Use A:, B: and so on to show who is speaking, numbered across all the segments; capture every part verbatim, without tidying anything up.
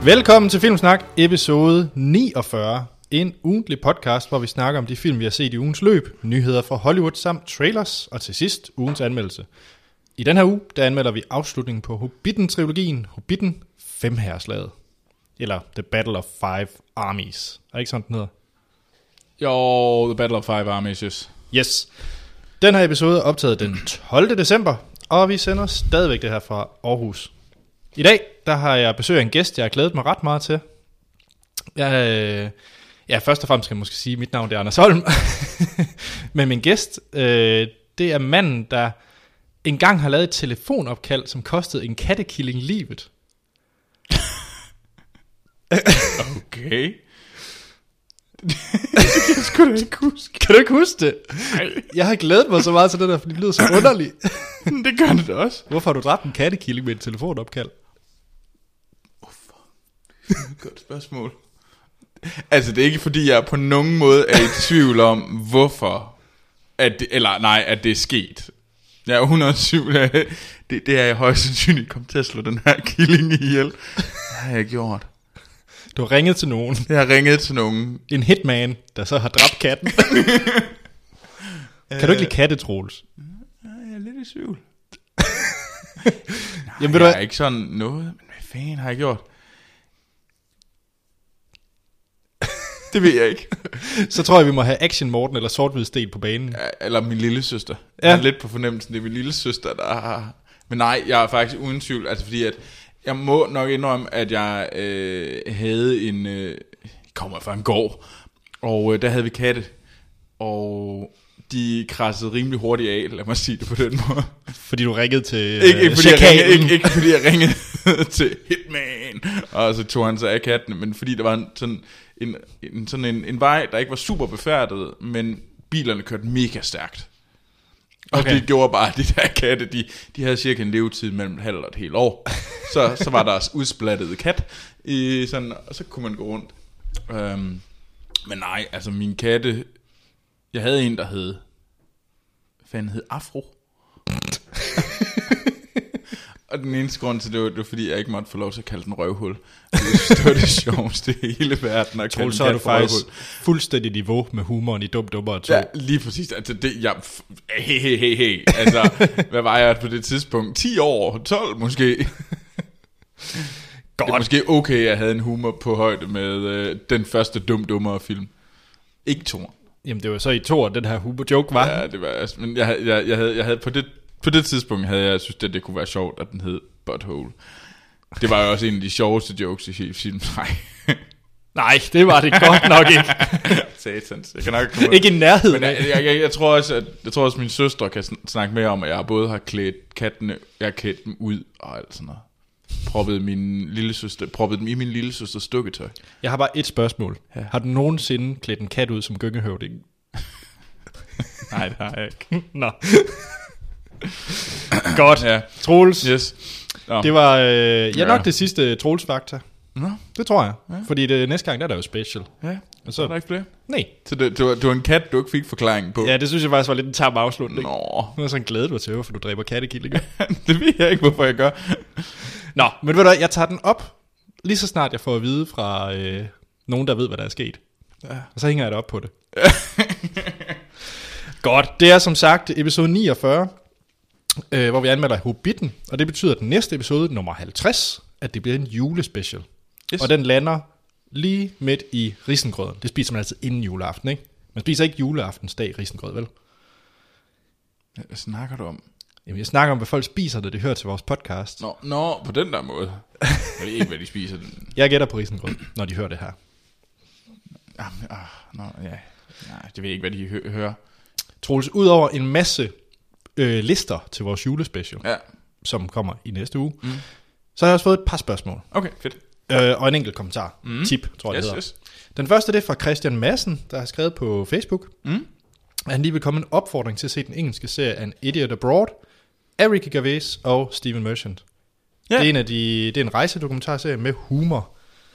A: Velkommen til Filmsnak, episode niogfyrre. En ugentlig podcast, hvor vi snakker om de film, vi har set i ugens løb, nyheder fra Hollywood samt trailers, og til sidst ugens anmeldelse. I den her uge, der anmelder vi afslutningen på Hobbiten-trilogien, Hobbiten Femherreslaget. Eller The Battle of Five Armies. Er det ikke sådan, den hedder?
B: Jo, The Battle of Five Armies, yes.
A: Yes. Den her episode er optaget den tolvte december, og vi sender stadigvæk det her fra Aarhus. I dag, der har jeg besøg af en gæst, jeg har glædet mig ret meget til. Jeg, øh, ja, først og fremmest skal jeg måske sige, at mit navn er Anders Holm. Men min gæst, øh, det er manden, der engang har lavet et telefonopkald, som kostede en kattekilling livet.
B: Okay. Det kan jeg sgu da ikke huske.
A: Kan du ikke huske det?
B: Nej.
A: Jeg har glædet mig så meget til det der, fordi det lyder så underligt.
B: Det gør det også.
A: Hvorfor har du dræbt en kattekilling med et telefonopkald?
B: Hvorfor? Det er et godt spørgsmål. Altså, det er ikke fordi, jeg på nogen måde er i tvivl om, hvorfor. At det, eller nej, at det er sket. Jeg er hundrede og syv. Det, det er jeg højst sandsynligt kommet til at slå den her killing ihjel. Det har jeg gjort.
A: Du har ringet til nogen.
B: Jeg har ringet til nogen.
A: En hitman, der så har dræbt katten. Kan du ikke lide katte, Troels?
B: Jeg er lidt i tvivl. Nej,
A: Jamen, ved
B: jeg
A: du
B: er
A: hvad?
B: ikke sådan noget. Men hvad fanden har jeg gjort? Det ved jeg ikke.
A: Så tror jeg, vi må have Action Morten eller Sort-Hvid Sten på banen.
B: Ja, eller min lille søster.
A: Ja.
B: Jeg har lidt på fornemmelsen, det er min lille søster, der har... Men nej, jeg er faktisk uden tvivl. Altså fordi, at jeg må nok indrømme, at jeg øh, havde en... Øh, kommer fra en gård. Og øh, der havde vi katte. Og de krassede rimelig hurtigt af, lad mig sige det på den måde.
A: Fordi du ringede til
B: Ikke, ikke, fordi, jeg
A: chakalen.
B: ringede, ikke, ikke fordi jeg ringede til Hitman, og så tog han sig af kattene, men fordi der var en, sådan, en, en, sådan en, en vej, der ikke var super befærdet, men bilerne kørte mega stærkt. Og
A: Okay.
B: det gjorde bare, at de der katte, de, de havde cirka en levetid mellem et halvt og et helt år. Så, så var der udsplattet kat, i sådan, og så kunne man gå rundt. Um, men nej, altså min katte, jeg havde en, der hed, hvad fanden hed Afro? Og den eneste grund til det var, det var, fordi jeg ikke måtte få lov til at kalde den røvhul. Det var det sjoveste i hele verden at kalde
A: Troels,
B: den
A: så er du
B: kat for
A: faktisk
B: røvhul.
A: fuldstændig niveau med humoren i Dum Dummere to.
B: Ja, lige præcis. Altså, det, jeg, hey, hey, hey, hey. Altså, hvad var jeg på det tidspunkt? ti år, tolv måske.
A: Godt.
B: Det er måske okay, at jeg havde en humor på højde med øh, den første Dum Dummere film. Ikke to.
A: Jamen det var så i toer, den her humor-joke var.
B: Ja, det var altså, men jeg, havde- jeg, jeg, havde, jeg havde på det på det tidspunkt havde jeg synes at det kunne være sjovt, at den hed Butthole. Det var jo også en af de sjoveste jokes i filmen. Nej.
A: Nej, det var det godt nok ikke.
B: Satans. Jeg kan nok komme
A: Ikke i nærheden.
B: Men jeg, jeg, jeg, jeg tror også at jeg tror også at min søster kan sn- snakke mere om, at jeg både har klædt kattene, jeg har klædt dem ud og alt sådan noget. Proppet min lille søster, proppet dem i min lille søsters dukketøj.
A: Jeg har bare et spørgsmål.
B: Ja.
A: Har du nogensinde klædt en kat ud som gyngehøvding?
B: Nej, det har jeg ikke.
A: Nå. Godt.
B: Ja.
A: Troels.
B: Yes. Nå.
A: Det var øh, ja,
B: Ja.
A: nok det sidste Troels-fakta.
B: Nå.
A: Det tror jeg.
B: Ja.
A: Fordi det, næste gang, der er der jo special.
B: Ja.
A: Og
B: Så
A: så,
B: er der ikke flere.
A: nej.
B: Så det, det, var, det var en kat, du ikke fik forklaringen på.
A: Ja, det synes jeg faktisk var lidt en tam afslutning.
B: Nå.
A: Nu er sådan glædet mig til, hvorfor du dræber kattekillinger.
B: Det ved jeg ikke, hvorfor jeg gør.
A: Nå, men ved du hvad, jeg tager den op, lige så snart jeg får at vide fra øh, nogen, der ved, hvad der er sket.
B: Ja.
A: Og så hænger jeg det op på det. Godt, det er som sagt episode niogfyrre, øh, hvor vi anmelder Hobbiten. Og det betyder, at den næste episode, nummer halvtreds, at det bliver en julespecial.
B: Yes.
A: Og den lander lige midt i risengrøden. Det spiser man altid inden juleaften, ikke? Man spiser ikke juleaftensdag risengrød, vel?
B: Hvad snakker du om?
A: Jamen, jeg snakker om, hvad folk spiser, når de hører til vores podcast.
B: Nå, nå, på den der måde. Jeg ved ikke, hvad de spiser.
A: Jeg gætter på risengrød, når de hører det her.
B: Jamen, ah, nå, ja. Nej, det ved jeg ikke, hvad de hø- hører.
A: Troels, ud over en masse øh, lister til vores julespecial,
B: Ja,
A: som kommer i næste uge,
B: Mm.
A: så har jeg også fået et par spørgsmål.
B: okay, fedt.
A: Øh, og en enkelt kommentar.
B: Mm.
A: Tip, tror jeg,
B: Yes,
A: det hedder.
B: yes.
A: Den første, det er fra Christian Madsen, der har skrevet på Facebook,
B: Mm.
A: at han lige vil komme en opfordring til at se den engelske serie An Idiot Abroad af Ricky Gervais og Stephen Merchant.
B: Ja.
A: Det er en af de, det er en rejsedokumentarserie med humor.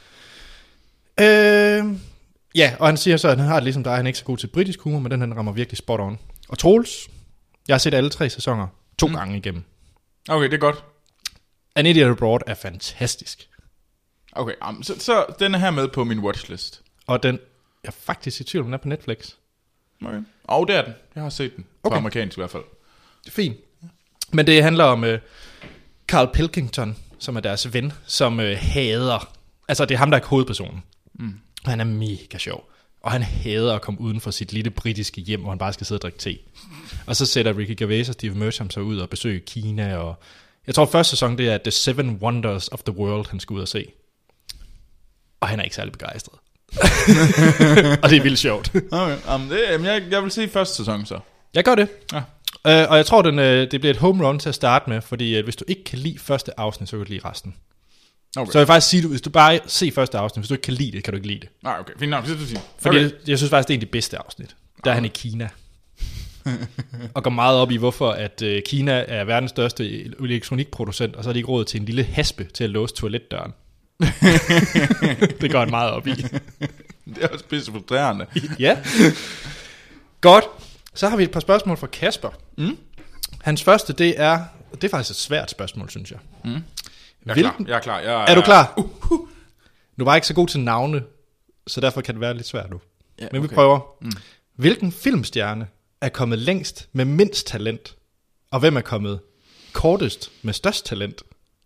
A: Øh, ja, og han siger så, at han har det ligesom dig, han er ikke så god til britisk humor, men den han rammer virkelig spot on. Og Troels, jeg har set alle tre sæsoner to mm. gange igennem.
B: Okay, det er godt.
A: An Idiot Abroad er fantastisk.
B: Okay, um, så, så den er her med på min watchlist.
A: Og den, jeg er faktisk i tvivl, om den er på Netflix.
B: Okay. Og det er den. Jeg har set den. På
A: Okay.
B: amerikansk i hvert fald.
A: Det er fint. Men det handler om uh, Carl Pilkington, som er deres ven, som uh, hader... Altså, det er ham, der er hovedpersonen. Mm. Og han er mega sjov. Og han hader at komme uden for sit lille britiske hjem, hvor han bare skal sidde og drikke te. Og så sætter Ricky Gervais og Steve Merchant sig ud og besøge Kina. Og jeg tror, første sæson, det er The Seven Wonders of the World, han skal ud og se. Og han er ikke særlig begejstret. Og det er vildt sjovt.
B: Okay. Um, det, jamen, jeg, jeg vil se første sæson så.
A: Jeg gør det.
B: Ja.
A: Uh, og jeg tror, den, uh, det bliver et home run til at starte med, fordi uh, hvis du ikke kan lide første afsnit, så kan du lide resten.
B: Okay.
A: Så jeg vil faktisk sige, at hvis du bare ser første afsnit, hvis du ikke kan lide det, kan du ikke lide det.
B: Nej, okay. Fint nok, det du siger.
A: Fordi
B: Okay.
A: jeg, jeg synes faktisk, det er en af de bedste afsnit. Der er han i Kina. Og går meget op i, hvorfor at uh, Kina er verdens største elektronikproducent, og så har de ikke råd til en lille haspe til at låse toiletdøren. Det går han meget op i.
B: Det er også pisse frustrerende.
A: Ja. Godt. Så har vi et par spørgsmål fra Kasper.
B: Mm.
A: Hans første, det er... Det er faktisk et svært spørgsmål, synes jeg.
B: Mm. Jeg er
A: Hvilken,
B: klar. Jeg er klar. Jeg er,
A: er du klar?
B: Uh, uh.
A: Du var ikke så god til navne, så derfor kan det være lidt svært nu.
B: Ja,
A: Men
B: okay.
A: vi prøver.
B: Mm.
A: Hvilken filmstjerne er kommet længst med mindst talent? Og hvem er kommet kortest med størst talent?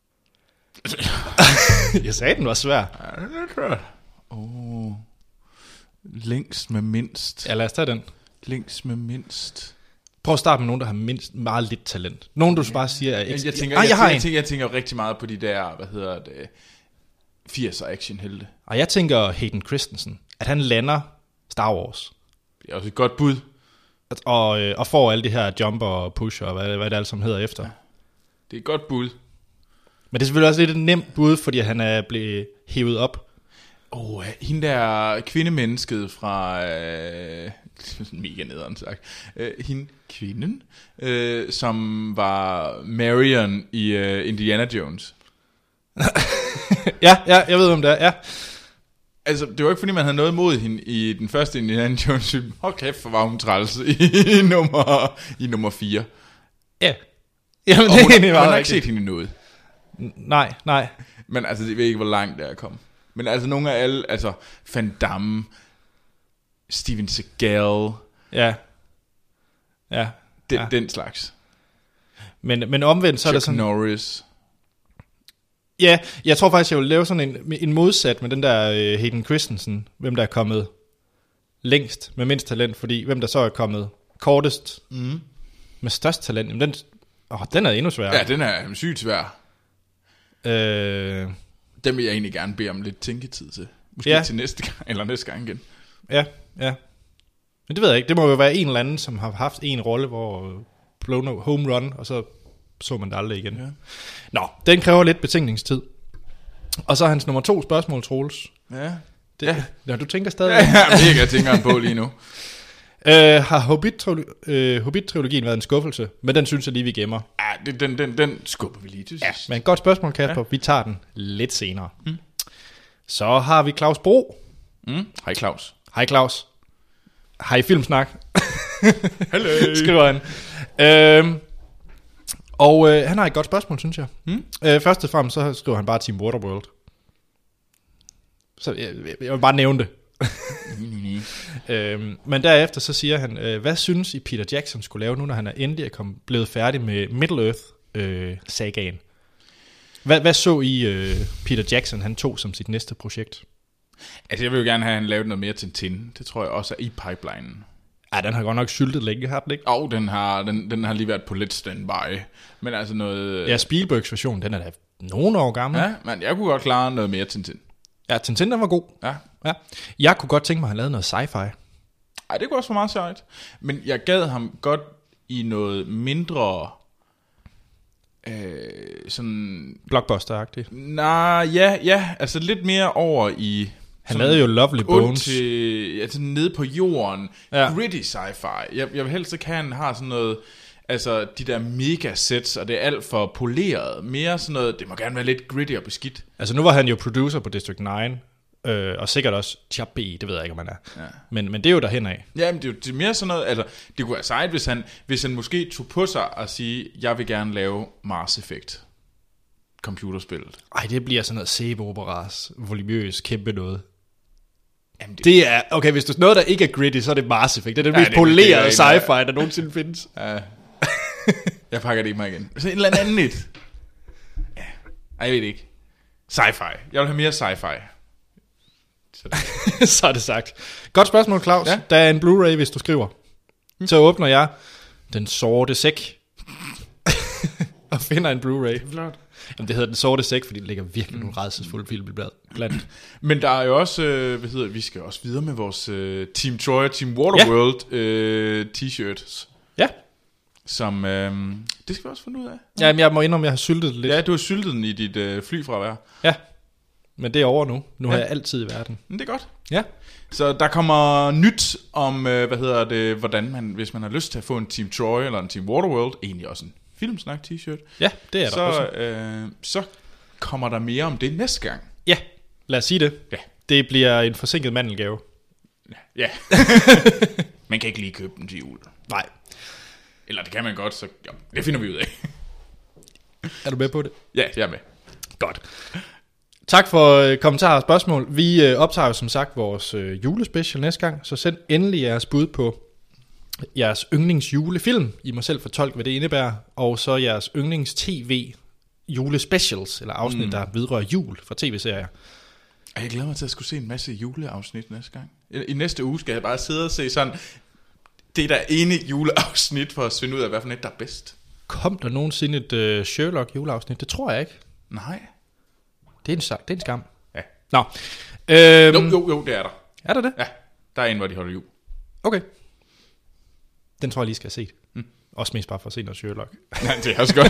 A: Jeg sagde, den var svær.
B: Ja, det er klart. Oh. Længst med mindst.
A: Ja, lad os tage den.
B: Længst med mindst.
A: Prøv at starte med nogen, der har mindst meget lidt talent. Nogen, du bare siger er
B: Jeg,
A: ekstra...
B: jeg, tænker,
A: ah,
B: jeg,
A: jeg, har
B: jeg,
A: en.
B: tænker, jeg tænker rigtig meget på de der, hvad hedder det, firser actionhelte.
A: Og jeg tænker Hayden Christensen, at han lander Star Wars.
B: Det er også et godt bud.
A: Og, øh, og får alle de her jumper og push og hvad, hvad det alt som hedder efter. Ja.
B: Det er et godt bud.
A: Men det er selvfølgelig også lidt et nemt bud, fordi han er blevet hævet op.
B: Åh, oh, hende der kvindemennesket fra... Øh, mega nederen sagt. Øh, hende kvinden, øh, som var Marion i øh, Indiana Jones.
A: Ja, ja, jeg ved, hvem det er, ja.
B: Altså, det var ikke fordi, man havde noget imod hende i den første Indiana Jones film. Hold kæft, for var hun træls i, i, nummer, i nummer fire.
A: Ja. Jamen,
B: Og
A: det er
B: hun,
A: egentlig
B: man
A: meget
B: har ikke
A: rigtigt.
B: set hende i noget.
A: N- Nej, nej.
B: Men altså, jeg ved ikke, hvor langt det er kommet. Men altså, nogle af alle, altså, Van Damme, Steven Seagal,
A: Ja. Ja.
B: den,
A: ja.
B: den slags.
A: Men, men omvendt, så er
B: Chuck
A: det sådan...
B: Norris.
A: Ja, jeg tror faktisk, jeg vil lave sådan en, en modsat med den der uh, Hayden Christensen. Hvem der er kommet længst med mindst talent, fordi hvem der så er kommet kortest
B: Mm.
A: med størst talent. Jamen, den, åh, den er endnu sværere.
B: Ja, den er sygt svær.
A: Øh,
B: Den vil jeg egentlig gerne bede om lidt tænketid til. Måske
A: Ja.
B: til næste gang, eller næste gang igen.
A: ja, ja. Men det ved jeg ikke. Det må jo være en eller anden, som har haft en rolle, hvor øh, blown a home run, og så så man det aldrig igen.
B: Ja.
A: Nå, den kræver lidt betænkningstid. Og så er hans nummer to spørgsmål, Troels.
B: Ja.
A: Det,
B: Ja.
A: ja, du tænker stadig.
B: Ja, ja, mega tænker han på lige nu.
A: Øh, har Hobbit-trilogien øh, Hobbit været en skuffelse? Men den synes jeg lige, vi gemmer.
B: Ja, det- den, den, den skubber vi lige til
A: Ja,
B: sidst.
A: men godt spørgsmål, Kasper. Ja. Vi tager den lidt senere. Mm. Så har vi Claus Bro.
B: Mm. Hej Claus.
A: Hej Claus. Hej Filmsnak.
B: Hallo.
A: Skriver han. Øhm, og øh, han har et godt spørgsmål, synes jeg.
B: Mm.
A: Øh, først og fremmest så skriver han bare Team Waterworld. Så jeg, jeg vil bare nævne det. øhm, men derefter så siger han, øh, hvad synes I Peter Jackson skulle lave nu, når han er endelig er kommet, blevet færdig med Middle-earth-sagaen? Øh, hvad, hvad så I øh, Peter Jackson, han tog som sit næste projekt?
B: Altså, jeg vil jo gerne have, at han lavet noget mere Tintin. Det tror jeg også er i pipelinen.
A: Ja, den har godt nok syltet længe, har den ikke?
B: Og den har, den, den har lige været på lidt standby. Men altså noget...
A: Ja, Spielbergs version, den er da nogle år gammel.
B: Ja, men jeg kunne godt klare noget mere Tintin.
A: Ja, Tintin, den var god.
B: Ja.
A: Ja. Jeg kunne godt tænke mig, at han lavede noget sci-fi.
B: Ej, det kunne også være meget sejt. Men jeg gad ham godt i noget mindre... Øh, sådan...
A: Blockbuster-agtigt.
B: Nej, ja, ja. Altså lidt mere over i...
A: Han lavede jo Lovely Bones.
B: Til, altså nede på jorden.
A: Ja.
B: Ja. Gritty sci-fi. Jeg, jeg vil helst ikke have, han har sådan noget... Altså de der mega sets, og det er alt for poleret. Mere sådan noget... Det må gerne være lidt gritty og beskidt.
A: Altså nu var han jo producer på District ni, øh, og sikkert også Chappie, det ved jeg ikke, om han er.
B: Ja.
A: Men, men det er jo derhen af.
B: Ja, men det er jo det er mere sådan noget... Altså, det kunne være sejt, hvis han, hvis han måske tog på sig og sige, jeg vil gerne lave Mars Effect. computerspillet.
A: Ej, det bliver sådan noget sæbeoperas, voluminøs, kæmpe noget.
B: Jamen, det,
A: Det er, okay, hvis du noget, der ikke er gritty, så er det Mars Effect. Det er den
B: Ja,
A: mest
B: det er- det er
A: polerede
B: en,
A: sci-fi, der nogensinde findes.
B: Ja. Jeg pakker det i mig igen. Så et eller andet nyt. Ja. Ej, jeg ved det ikke. Sci-fi. Jeg vil have mere sci-fi. Så det.
A: Så er det sagt. Godt spørgsmål, Claus.
B: Ja.
A: Der er en Blu-ray, hvis du skriver. Så åbner jeg den sorte sæk og finder en Blu-ray.
B: Flot.
A: Jamen, det hedder den sorte sæk, fordi det ligger virkelig nogle rædselsfulde film blandt.
B: Men der er jo også, øh, hvad hedder det, vi skal også videre med vores øh, Team Troy og Team Waterworld ja. øh, t-shirts.
A: Ja.
B: Som, øh, det skal vi også finde ud af.
A: Ja, men jeg må indrømme, jeg har syltet det lidt.
B: Ja, du har syltet den i dit øh, flyfravær.
A: Ja, men det er over nu. Nu
B: Ja.
A: har jeg altid i verden.
B: Men det er godt.
A: Ja.
B: Så der kommer nyt om, øh, hvad hedder det, hvordan man, hvis man har lyst til at få en Team Troy eller en Team Waterworld, egentlig også en Filmsnak t-shirt,
A: Ja, det er der
B: så,
A: også.
B: øh, så kommer der mere om det næste gang.
A: Ja, lad os sige det.
B: Ja.
A: Det bliver en forsinket mandelgave.
B: Ja. Man kan ikke lige købe den til jul.
A: Nej.
B: Eller det kan man godt, så ja, det finder vi ud af.
A: Er du med på det?
B: Ja, jeg er med.
A: Godt. Tak for øh, kommentarer og spørgsmål. Vi øh, optager jo som sagt vores øh, julespecial næste gang, så send endelig jeres bud på jeres yndlingsjulefilm. I må selv fortolke, hvad det indebærer. Og så jeres yndlings-tv julespecials, eller afsnit, mm. der vedrører jul fra tv-serier.
B: Og jeg glæder mig til at skulle se en masse juleafsnit næste gang. I, I næste uge skal jeg bare sidde og se sådan det der ene juleafsnit for at finde ud af, hvad for net der er bedst.
A: Kom der nogensinde et øh, Sherlock juleafsnit? Det tror jeg ikke.
B: Nej.
A: Det er en, det er en skam.
B: Ja.
A: Nå. Øhm,
B: Jo, jo, jo, det er der.
A: Er der det?
B: Ja, der er en, hvor de holder jul.
A: Okay. Den tror jeg lige skal have set. Mm. Også mest bare for at se noget Sherlock.
B: Ja, det er også godt.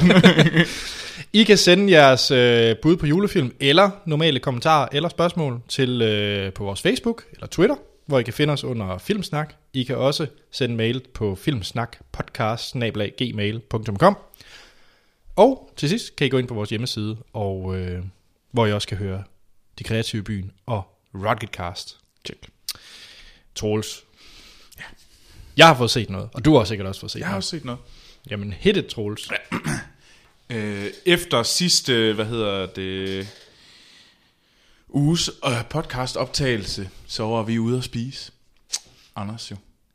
A: I kan sende jeres øh, bud på julefilm, eller normale kommentarer eller spørgsmål til øh, på vores Facebook eller Twitter, hvor I kan finde os under Filmsnak. I kan også sende mail på filmsnakpodcast snabel-a gmail punktum com. Og til sidst kan I gå ind på vores hjemmeside, og, øh, hvor I også kan høre De Kreative Byen og Rocketcast.
B: Check.
A: Troels. Ja. Jeg har fået set noget, og du har sikkert også fået set
B: Jeg har
A: noget.
B: også set noget.
A: Jamen, hit it, Troels.
B: Øh, efter sidste, hvad hedder det, uges øh, podcast optagelse, så var vi ude at spise. Anders jo.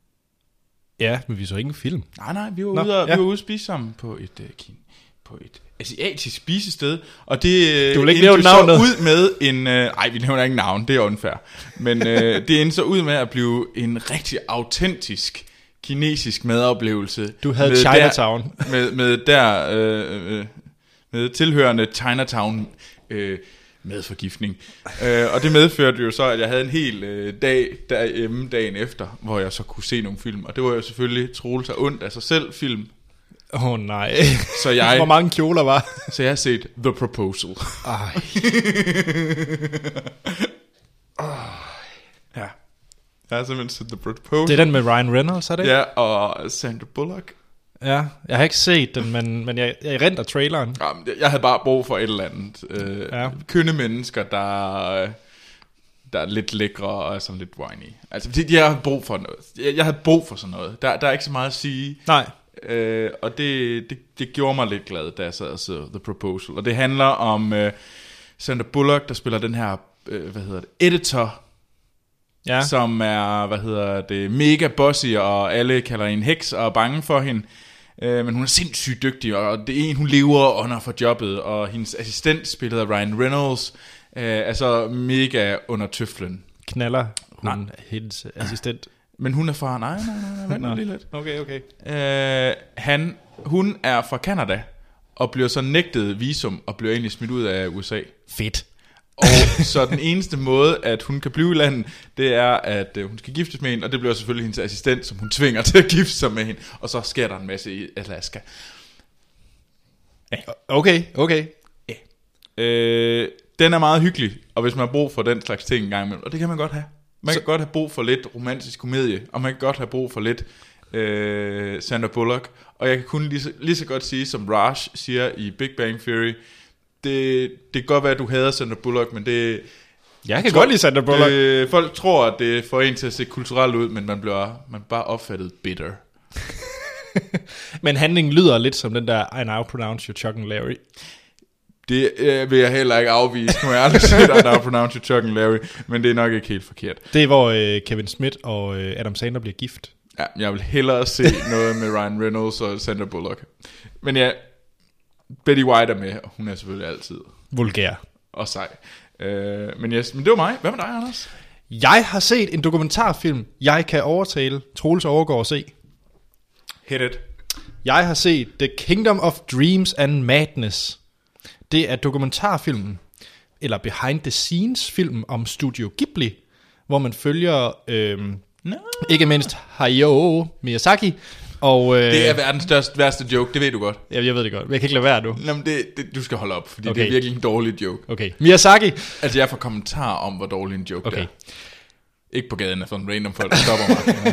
A: Ja, men vi så ingen film.
B: Nej, nej, vi var,
A: Nå,
B: ude, at,
A: ja.
B: vi var ude at spise sammen på et, øh, kin- på et asiatisk spisested. Og det øh,
A: Du vil ikke
B: endte
A: nævne
B: så
A: navnet.
B: ud med en... Øh, ej, vi nævner ikke navn, det er unfair. Men øh, det endte så ud med at blive en rigtig autentisk kinesisk madoplevelse.
A: Du havde
B: med
A: Chinatown.
B: Der, med, med der... Øh, øh, med tilhørende Chinatown... Øh, medforgiftning. øh, og det medførte jo så, at jeg havde en hel øh, dag derhjemme dagen efter, hvor jeg så kunne se nogle film. Og det var jo selvfølgelig Troels og ondt af sig selv film.
A: Åh oh, nej.
B: Så jeg,
A: Hvor mange kjoler var?
B: så jeg har set The Proposal.
A: Ej.
B: Ja. Jeg har simpelthen set The Proposal.
A: Det er den med Ryan Reynolds, er det ikke?
B: Ja, og Sandra Bullock.
A: Ja, jeg har ikke set den, men, men jeg, jeg renter traileren.
B: Jamen, jeg havde bare brug for et eller andet. Øh,
A: Ja.
B: Kønne mennesker, der, der er lidt lækre og er sådan lidt whiny. Altså, de, de har brug for noget. Jeg, jeg havde brug for sådan noget. Der, der er ikke så meget at sige.
A: Nej.
B: Øh, og det, det, det gjorde mig lidt glad, da jeg sad og så The Proposal. Og det handler om øh, Sandra Bullock, der spiller den her, øh, hvad hedder det, editor,
A: Ja.
B: som er, hvad hedder det, mega bossy, og alle kalder hende heks og er bange for hende. Øh, men hun er sindssygt dygtig, og det er en, hun lever under for jobbet, og hendes assistent, spillet af Ryan Reynolds, øh, er så mega under tøflen.
A: Knaller hun
B: Nej.
A: hendes assistent.
B: Men hun er fra, nej, nej, nej, nej, vent nu lige lidt.
A: Okay, okay.
B: Øh, han, hun er fra Canada, og bliver så nægtet visum, og bliver egentlig smidt ud af U S A.
A: Fedt.
B: Og så den eneste måde, at hun kan blive i landet, det er, at øh, hun skal giftes med hende, og det bliver selvfølgelig hendes assistent, som hun tvinger til at gifte sig med hende. Og så sker der en masse i Alaska.
A: Okay, okay.
B: Øh, den er meget hyggelig, og hvis man har brug for den slags ting en gang imellem, og det kan man godt have. Man
A: Så-
B: kan godt have brug for lidt romantisk komedie, og man kan godt have brug for lidt øh, Sandra Bullock. Og jeg kan kun lige så, lige så godt sige, som Raj siger i Big Bang Theory, det, det kan godt være, at du hader Sandra Bullock, men det...
A: Jeg kan godt lide Sandra Bullock.
B: Det, folk tror, at det får en til at se kulturelt ud, men man bliver man bliver bare opfattet bitter.
A: Men handlingen lyder lidt som den der I now pronounce you Chuck and Larry.
B: Det Det øh, vil jeg heller ikke afvise. Nu har jeg aldrig set I Now Pronounce You Chuck and Larry, men det er nok ikke helt forkert.
A: Det er, hvor øh, Kevin Smith og øh, Adam Sandler bliver gift.
B: Ja, jeg vil hellere se noget med Ryan Reynolds og Sandra Bullock. Men ja, Betty White er med, og hun er selvfølgelig altid
A: vulgær
B: og sej. Øh, men, yes, men det var mig. Hvad med dig, Anders?
A: Jeg har set en dokumentarfilm, jeg kan overtale Troels Overgaard at se.
B: Hit it.
A: Jeg har set The Kingdom of Dreams and Madness. Det er dokumentarfilmen, eller behind the scenes film om Studio Ghibli, hvor man følger øhm, no. ikke mindst Hayao Miyazaki. Og, øh,
B: det er verdens største, værste joke, det ved du godt.
A: Ja, jeg ved det godt, men jeg kan ikke lade være nu.
B: Nå, men det, det, du skal holde op, fordi
A: okay.
B: det er virkelig en dårlig joke.
A: Okay, Miyazaki.
B: Altså jeg får kommentar om, hvor dårlig en joke
A: okay.
B: det er. Ikke på gaden af sådan en random folk, der stopper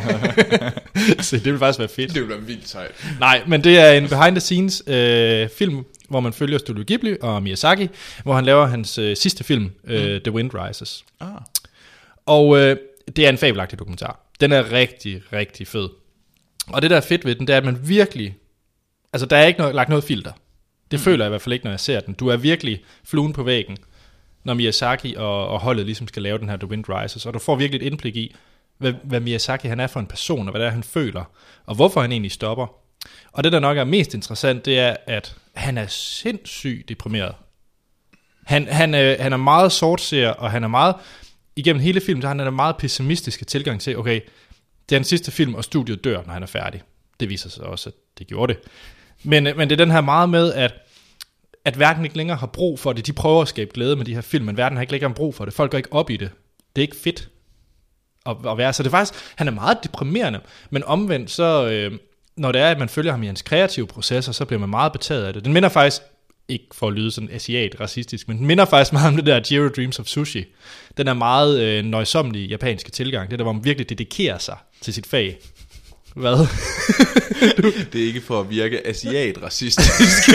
B: mig.
A: Så det vil faktisk være fedt.
B: Det vil være vildt sejt.
A: Nej, men det er en behind the scenes øh, film, hvor man følger Studio Ghibli og Miyazaki, hvor han laver hans øh, sidste film, øh, mm. The Wind Rises.
B: Ah. Og
A: øh, det er en fabelagtig dokumentar. Den er rigtig, rigtig fed. Og det der er fedt ved den, det er, at man virkelig... Altså, der er ikke noget, lagt noget filter. Det mm. føler jeg i hvert fald ikke, når jeg ser den. Du er virkelig fluen på væggen, når Miyazaki og, og holdet ligesom skal lave den her The Wind Rises. Og du får virkelig et indblik i, hvad, hvad Miyazaki han er for en person, og hvad det er, han føler, og hvorfor han egentlig stopper. Og det, der nok er mest interessant, det er, at han er sindssygt deprimeret. Han, han, øh, han er meget sortseer, og han er meget... Igennem hele filmen, så har han en meget pessimistiske tilgang til, okay, det er den sidste film, og studiet dør, når han er færdig. Det viser sig også, at det gjorde det. Men, men det er den her meget med, at, at verden ikke længere har brug for det. De prøver at skabe glæde med de her film, men verden har ikke længere brug for det. Folk går ikke op i det. Det er ikke fedt at, at være. Så det er faktisk, han er meget deprimerende, men omvendt, så øh, når det er, at man følger ham i hans kreative processer, så bliver man meget betaget af det. Den minder faktisk, ikke for at lyde sådan asiat racistisk, men den minder faktisk meget om det der Jiro Dreams of Sushi. Den er meget øh, nøjsommelig japanske tilgang. Det der, hvor man virkelig dedikerer sig til sit fag. Hvad?
B: Det er ikke for at virke asiat racistisk.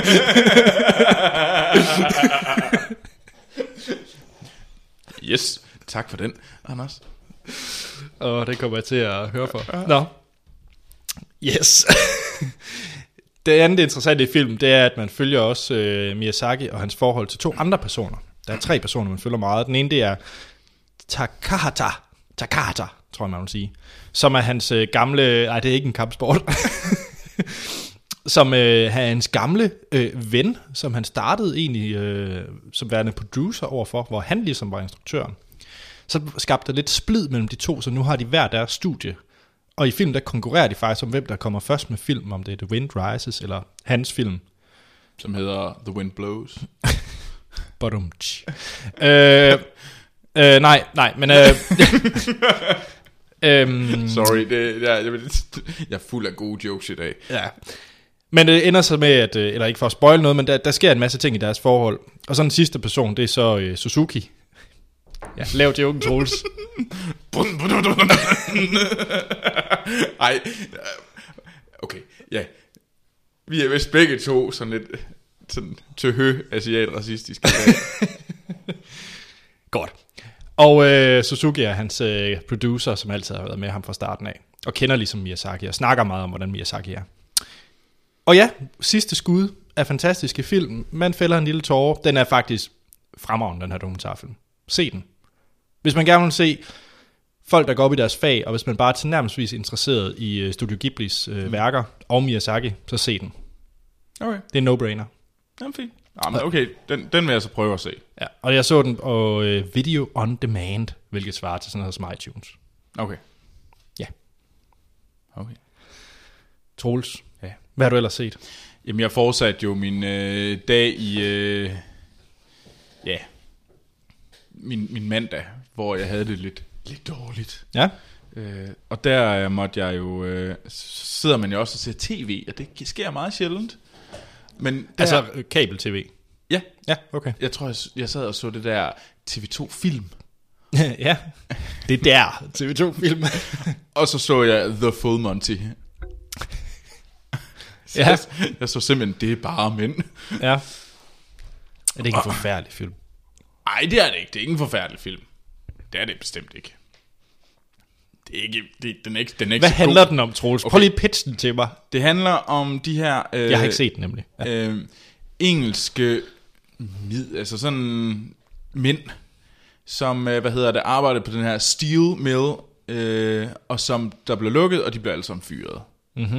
B: Yes, tak for den, Anders.
A: Og det kommer jeg til at høre for. Nå. Yes. Det andet interessante i filmen, det er, at man følger også øh, Miyazaki og hans forhold til to andre personer. Der er tre personer, man følger meget. Den ene, det er Takahata. Takahata, tror jeg, man vil sige. Som er hans øh, gamle... Nej, det er ikke en kampsport. som øh, er hans gamle øh, ven, som han startede egentlig øh, som værende producer overfor, hvor han ligesom var instruktøren. Så skabte der lidt splid mellem de to, så nu har de hver deres studie. Og i filmen, der konkurrerer de faktisk om, hvem der kommer først med film, om det er The Wind Rises eller hans film.
B: Som hedder The Wind Blows.
A: Bottom. øh, øh, nej, nej, men... Øh, øhm,
B: Sorry, det, jeg, jeg, jeg er fuld af gode jokes i dag.
A: Ja. Men det ender så med, at, eller ikke for at spoil noget, men der, der sker en masse ting i deres forhold. Og så den sidste person, det er så øh, Suzuki. Ja, lav joken, Troels.
B: Ej, okay, ja. Vi er vist begge to sådan lidt sådan til hø asiat racistiske.
A: Godt. Og øh, Suzuki er hans øh, producer, som altid har været med ham fra starten af. Og kender ligesom Miyazaki, og snakker meget om, hvordan Miyazaki er. Og ja, sidste skud er fantastiske film. Man fælder en lille tåre. Den er faktisk fremragende, den her dokumentarfilm. Se den. Hvis man gerne vil se folk, der går op i deres fag, og hvis man bare er tilnærmelsesvis interesseret i uh, Studio Ghiblis uh, mm. værker og Miyazaki, så se den.
B: Okay.
A: Det er en no-brainer.
B: Jamen fint. Jamen, okay, den, den vil jeg så prøve at se.
A: Ja, og jeg så den på uh, Video On Demand, hvilket svarer til sådan noget som iTunes.
B: Okay.
A: Ja.
B: Okay.
A: Troels, ja. Hvad har du ellers set?
B: Jamen, jeg fortsatte jo min øh, dag i... Øh, ja... Min, min mandag, hvor jeg havde det lidt, lidt dårligt.
A: Ja.
B: Øh, og der måtte jeg jo... Øh, sidder man jo også og ser tv, og det sker meget sjældent. Men der,
A: altså kabel-tv?
B: Ja.
A: Ja, okay.
B: Jeg tror, jeg, jeg sad og så det der T V to film.
A: Ja, det er der T V to film.
B: Og så så jeg The Full Monty. Så
A: ja.
B: jeg, jeg så simpelthen, det er bare mænd.
A: Ja. Er det ikke en forfærdelig film?
B: Nej, det er det ikke. Det er ikke en forfærdelig film. Det er det bestemt ikke. Det er ikke, det, den er ikke, den er ikke
A: Hvad
B: så
A: handler
B: god.
A: den om, Troels?
B: Okay.
A: Prøv lige at pitche den til mig.
B: Det handler om de her... Øh,
A: jeg har ikke set den nemlig.
B: Ja. Øh, engelske mid, altså sådan mænd, som, øh, hvad hedder det, arbejder på den her steel mill, øh, og som der bliver lukket, og de bliver alle sammen fyret.
A: Mhm.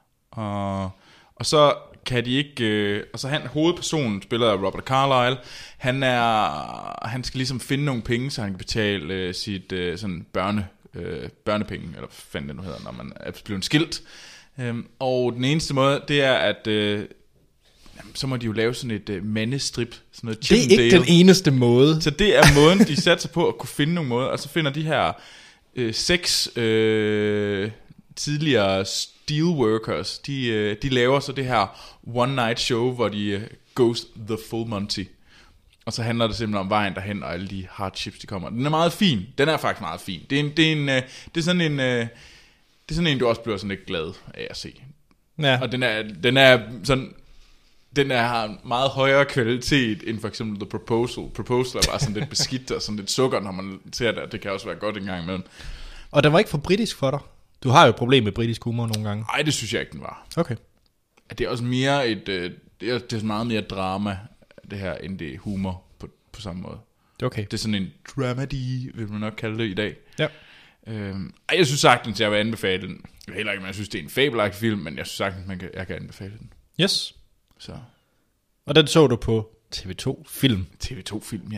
B: Og, og så kan de ikke, øh, og så han, hovedpersonen, spiller af Robert Carlyle, han er, han skal ligesom finde nogle penge, så han kan betale øh, sit øh, sådan børne, øh, børnepenge, eller hvad fanden det nu hedder, når man er blevet skilt. Øhm, og den eneste måde, det er, at øh, jamen, så må de jo lave sådan et øh, mandestrip, sådan noget
A: Det er
B: Chippendale.
A: ikke den eneste måde.
B: Så det er måden, de satser på at kunne finde nogle måder, og så finder de her øh, seks øh, tidligere steelworkers, de, øh, de laver så det her one night show, hvor de øh, goes the full Monty. Og så handler det simpelthen om vejen derhen, og alle de hardships, de kommer. Den er meget fin. Den er faktisk meget fin. Det er, en, det er, en, øh, det er sådan en... Øh, det er sådan en, du også bliver sådan lidt glad af at se.
A: Ja.
B: Og den er, den er sådan... Den er, har meget højere kvalitet end for eksempel The Proposal. Proposal er bare sådan lidt beskidt og sådan lidt sukker, når man ser det. Det kan også være godt en gang imellem.
A: Og den var ikke for britisk for dig? Du har jo et problem med britisk humor nogle gange.
B: Nej, det synes jeg ikke, den var.
A: Okay.
B: Det er også mere et... Øh, det, er, det er meget mere drama, det her, end det er humor på, på samme måde.
A: Det er okay.
B: Det er sådan en dramedy, vil man nok kalde det i dag.
A: Ja.
B: Øhm, jeg synes sagtens, jeg vil anbefale den. Jeg heller ikke, men jeg synes, det er en fabelagtig film, men jeg synes sagtens, man kan, jeg kan anbefale den.
A: Yes.
B: Så.
A: Og den så du på T V to Film.
B: T V to Film, ja.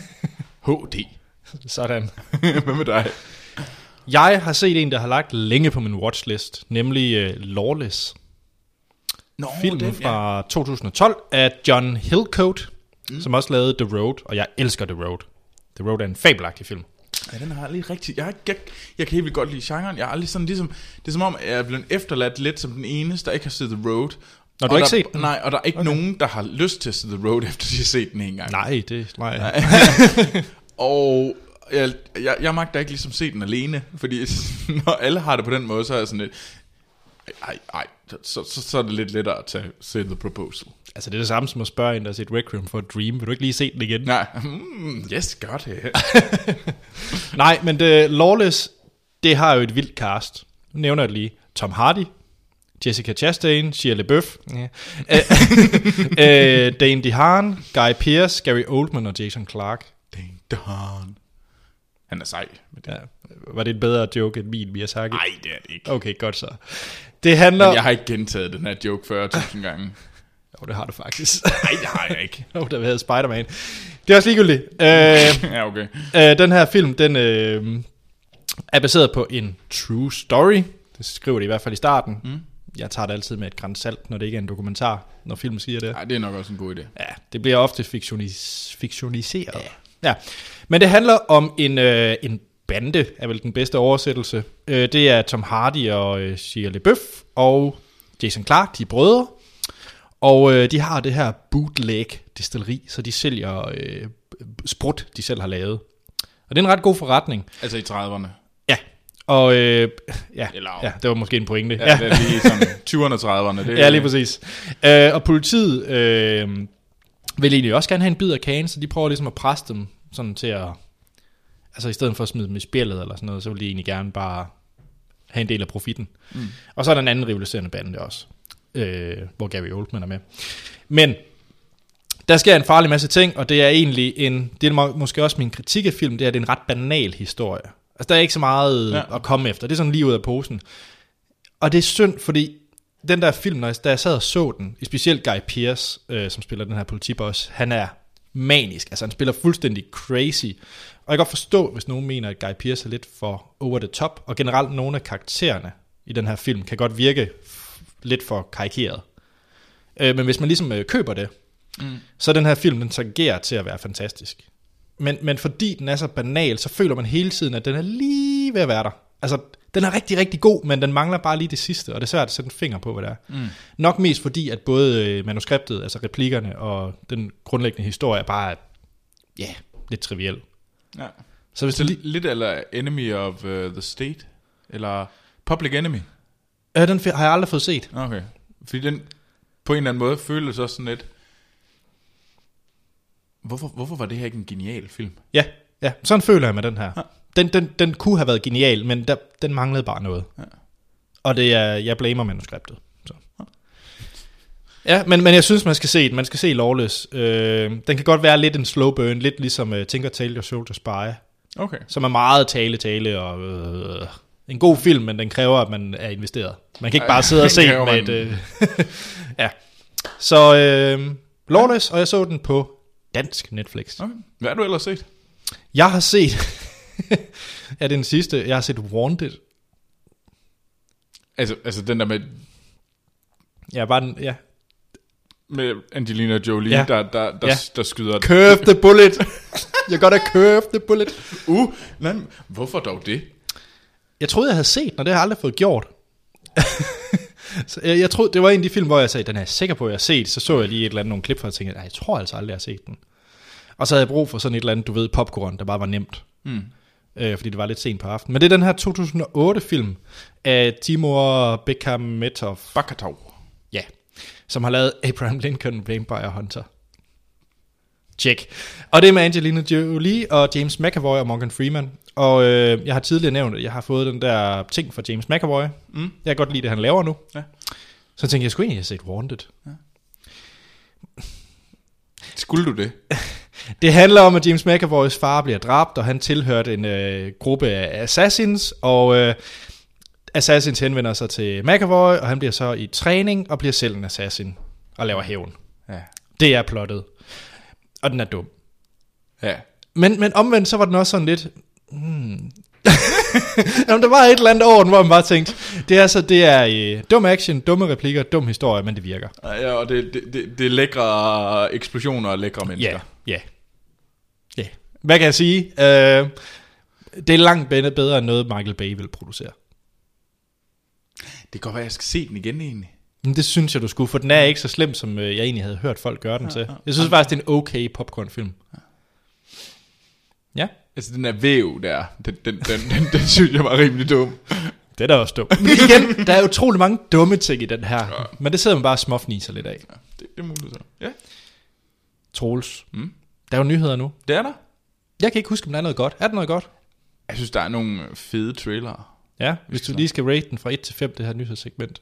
B: H D.
A: Sådan.
B: Hvad med dig?
A: Jeg har set en, der har lagt længe på min watchlist, nemlig uh, Lawless.
B: Nå,
A: Filmen
B: den,
A: fra
B: ja.
A: to tusind og tolv af John Hillcoat, mm. som også lavede The Road, og jeg elsker The Road. The Road er en fabelagtig film.
B: Ja, den har jeg aldrig rigtig... Jeg, jeg, jeg kan helt vildt godt lide genren. Jeg har aldrig sådan ligesom... Det er som om, jeg er blevet efterladt lidt som den eneste, der ikke har set The Road.
A: Nå, du har ikke
B: der,
A: set den?
B: Nej, og der er ikke okay. nogen, der har lyst til at se The Road, efter de har set den en gang.
A: Nej, det... Nej.
B: nej. Og jeg, jeg, jeg magter ikke ligesom se den alene, fordi når alle har det på den måde, så er jeg sådan lidt... Ej, ej, så, så, så er det lidt lettere at tage se The Proposal.
A: Altså det er det samme som at spørge en, der har set Requiem for a Dream. Vil du ikke lige se den igen?
B: Nej, mm, yes, godt.
A: Nej, men det, Lawless, det har jo et vildt cast. Nu nævner jeg det lige. Tom Hardy, Jessica Chastain, Shia LaBeouf, ja. uh, Dane DeHaan, Guy Pearce, Gary Oldman og Jason Clarke.
B: Dane DeHaan. Han er sej. Med det.
A: Ja. Var det en bedre joke end min, vi har sagt?
B: Nej, det er det ikke.
A: Okay, godt så. Det handler...
B: Men jeg har ikke gentaget den her joke fyrre tusind gange.
A: Jo, det har du faktisk.
B: Nej, det har jeg ikke.
A: Jo, der havde Spider-Man. Det er også ligegyldigt. Uh,
B: ja, okay.
A: Uh, den her film, den uh, er baseret på en true story. Det skriver de i hvert fald i starten. Mm. Jeg tager det altid med et gran salt, når det ikke er en dokumentar, når filmen siger det.
B: Nej, det er nok også en god idé.
A: Ja, det bliver ofte fiktionis- fiktioniseret. Ja. Ja. Men det handler om en, øh, en bande, er vel den bedste oversættelse. Øh, det er Tom Hardy og øh, Shia LaBeouf og Jason Clarke, de er brødre. Og øh, de har det her bootleg-distilleri, så de sælger øh, sprut, de selv har lavet. Og det er en ret god forretning.
B: Altså i trediverne?
A: Ja. Og øh, ja,
B: Eller,
A: ja, det var måske en pointe.
B: Ja, ja. Det er lige sådan tyverne og trediverne. Det er,
A: ja, lige præcis. Øh, og politiet øh, vil egentlig også gerne have en bid af kagen, så de prøver ligesom at presse dem sådan til at... Altså i stedet for at smide dem i spjældet eller sådan noget, så vil de egentlig gerne bare have en del af profitten. Mm. Og så er der en anden rivaliserende bande også, øh, hvor Gary Oldman er med. Men der sker en farlig masse ting, og det er egentlig en... Det er må, måske også min kritik af film, det er, det er en ret banal historie. Altså der er ikke så meget ja. at komme efter. Det er sådan lige ud af posen. Og det er synd, fordi den der film, da jeg sad og så den, specielt Guy Pearce, øh, som spiller den her politiboss, han er manisk. Altså han spiller fuldstændig crazy. Og jeg kan godt forstå, hvis nogen mener, at Guy Pearce er lidt for over the top, og generelt nogle af karaktererne i den her film kan godt virke f- lidt for karikeret. Øh, men hvis man ligesom øh, køber det, mm. så er den her film, den tangerer til at være fantastisk. Men, men fordi den er så banal, så føler man hele tiden, at den er lige ved at være der. Altså, den er rigtig, rigtig god, men den mangler bare lige det sidste, og det er svært at sætte en finger på, hvad det er. Mm. Nok mest fordi, at både manuskriptet, altså replikkerne, og den grundlæggende historie, bare er, ja, yeah, lidt triviel.
B: Ja.
A: Så hvis
B: så
A: det
B: li- lidt eller Enemy of uh, the State, eller Public Enemy?
A: Ja, den har jeg aldrig fået set.
B: Okay, fordi den på en eller anden måde føles også sådan lidt... Hvorfor, hvorfor var det her ikke en genial film?
A: Ja, ja, sådan føler jeg med den her. Ja. Den, den, den kunne have været genial, men der, den manglede bare noget. Ja. Og det er, jeg blamer manuskriptet. Så. Ja. Ja, men, men jeg synes, man skal se den. Man skal se Lawless. Øh, den kan godt være lidt en slow burn, lidt ligesom uh, Tinker Tailor Soldier Spy.
B: Okay.
A: Som er meget tale-tale og øh, en god film, men den kræver, at man er investeret. Man kan ikke bare sidde og se med et... Øh, ja. Så øh, Lawless, og jeg så den på dansk Netflix.
B: Okay. Hvad har du ellers set?
A: Jeg har set... ja, det er den sidste. Jeg har set Wanted.
B: Altså, altså den der med...
A: Ja, bare den... Ja.
B: Med Angelina Jolie,
A: ja.
B: der, der, der,
A: ja.
B: der skyder...
A: Curve the bullet. Jeg gotta curve the bullet.
B: Uh, nej, hvorfor dog det?
A: Jeg troede, jeg havde set den, og det har jeg aldrig fået gjort. Så jeg, jeg troede, det var en af de film, hvor jeg sagde, den er jeg sikker på, at jeg har set. Så så jeg lige et eller andet nogle klip, for jeg tænkte, jeg tror altså aldrig, jeg har set den. Og så havde jeg brug for sådan et eller andet, du ved, popcorn, der bare var nemt. Mm. Øh, fordi det var lidt sent på aftenen. Men det er den her to tusind og otte film af Timur Bekmambetov.
B: Bakatov.
A: Ja, som har lavet Abraham Lincoln Vampire Hunter. Check. Og det er med Angelina Jolie og James McAvoy og Morgan Freeman. Og øh, jeg har tidligere nævnt, at jeg har fået den der ting fra James McAvoy. Mm. Jeg kan godt lide det, han laver nu. Ja. Så tænkte jeg, jeg skulle egentlig have set Wanted. Ja.
B: Skulle du det?
A: Det handler om, at James McAvoys far bliver dræbt, og han tilhørte en øh, gruppe af assassins, og øh, assassins henvender sig til McAvoy, og han bliver så i træning og bliver selv en assassin og laver hævn. Ja. Det er plottet. Og den er dum.
B: Ja.
A: Men, men omvendt, så var den også sådan lidt... Hmm. Jamen, der var et eller andet over den, hvor man bare tænkte, det er så, det er øh, dum action, dumme replikker, dum historie, men det virker.
B: Ja, og det, det, det, det er lækre eksplosioner og lækre mennesker.
A: Ja, ja. Ja. Hvad kan jeg sige? Øh, det er langt bedre end noget, Michael Bay vil producere.
B: Det kan godt være, jeg skal se den igen egentlig.
A: Men det synes jeg, du skulle, for den er ikke så slem, som jeg egentlig havde hørt folk gøre den ja, til. Jeg synes ja. faktisk, det er en okay popcornfilm. Ja. Ja.
B: Altså den der væv der, den, den, den, den, den synes jeg var rimelig dum.
A: Det er da også dumt. Men igen, der er utrolig mange dumme ting i den her. Ja. Men det sidder man bare og småfniser lidt af.
B: Ja, det, det er muligt så. Ja.
A: Troels. Mm. Der er jo nyheder nu.
B: Det er der.
A: Jeg kan ikke huske, om der er noget godt. Er der noget godt?
B: Jeg synes, der er nogle fede trailere.
A: Ja, hvis du lige skal rate den fra et til fem, det her nyhedssegment.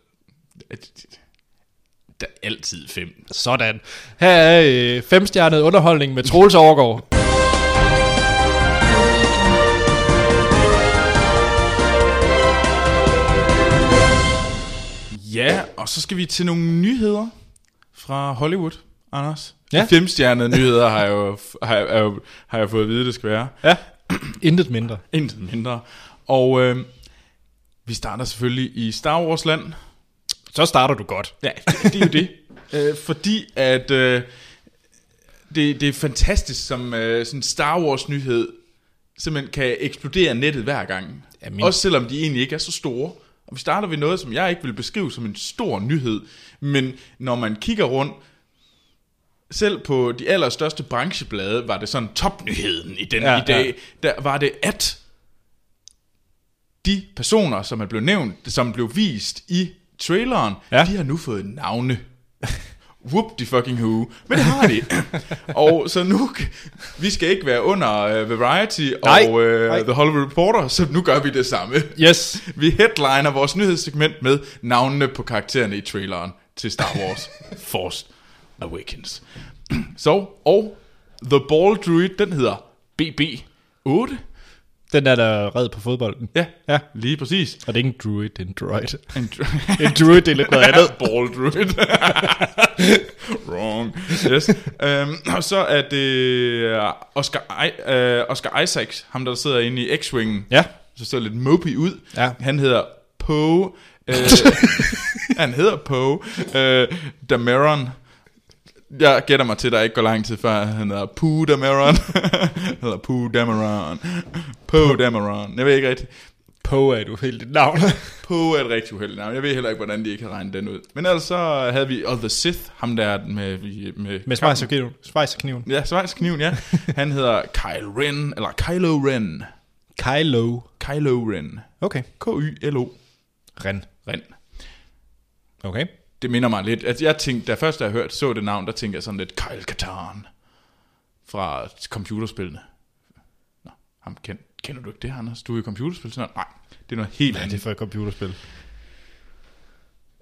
B: Der er altid fem.
A: Sådan. Her er øh, femstjernet underholdning med Troels Overgaard.
B: Ja, og så skal vi til nogle nyheder fra Hollywood, Anders.
A: Ja.
B: De femstjernede nyheder har jeg, jo, har, jeg, har jeg fået at vide, det skal være.
A: Ja, intet mindre.
B: Intet mindre. Og øh, vi starter selvfølgelig i Star Wars land.
A: Så starter du godt.
B: Ja, det, det er jo det. øh, fordi at øh, det, det er fantastisk, som øh, sådan Star Wars nyhed simpelthen kan eksplodere nettet hver gang. Ja, min... Også selvom de egentlig ikke er så store. Og vi starter ved noget, som jeg ikke vil beskrive som en stor nyhed. Men når man kigger rundt, selv på de allerstørste brancheblade, var det sådan topnyheden i den ja, i dag. Ja. Der var det, at de personer, som er blevet nævnt, som blev vist i traileren, ja. De har nu fået navne. Whoop de fucking who. Men det har de. Og så nu, vi skal ikke være under uh, Variety nej, og uh, The Hollywood Reporter, så nu gør vi det samme.
A: Yes.
B: Vi headliner vores nyhedssegment med navnene på karaktererne i traileren til Star Wars Force Awakens. Så, og The Ball Droid, den hedder B B otte.
A: Den er der red på fodbolden.
B: Ja, ja, lige præcis.
A: Og det er ikke en druid, det er en droid.
B: En, dro-
A: en druid, det er lidt noget andet.
B: Ball droid. Wrong. Yes. Um, og så er det Oscar, I, uh, Oscar Isaacs, ham der sidder inde i X-Wingen.
A: Ja.
B: Så ser lidt mopey ud.
A: Ja.
B: Han hedder Poe. Uh, han hedder Poe uh, Dameron. Jeg gætter mig til, at der ikke går lang tid før han hedder Poe Dameron. Han hedder Poe Dameron. Poe Dameron. Jeg ved ikke rigtigt.
A: Poe er et uheldigt navn.
B: Poe er et rigtig uheldigt navn. Jeg ved heller ikke, hvordan de ikke har regnet den ud. Men ellers så havde vi oh, The Sith, ham der med... Med,
A: med svejserkniven. Svejserkniven.
B: Ja, svejserkniven, ja. Han hedder Kylo Ren, eller Kylo Ren.
A: Kylo.
B: Kylo Ren.
A: Okay.
B: K Y L O.
A: Ren.
B: Ren.
A: Okay.
B: Det minder mig lidt. Altså, jeg tænkte, da først jeg hørte så det navn, der tænkte jeg sådan lidt Kyle Katarn fra computerspillene. Nå, ham kend, kender du ikke det, Anders? Du er i computerspil? Sådan, nej, det er noget helt
A: andet.
B: andet.
A: Det er for et computerspil.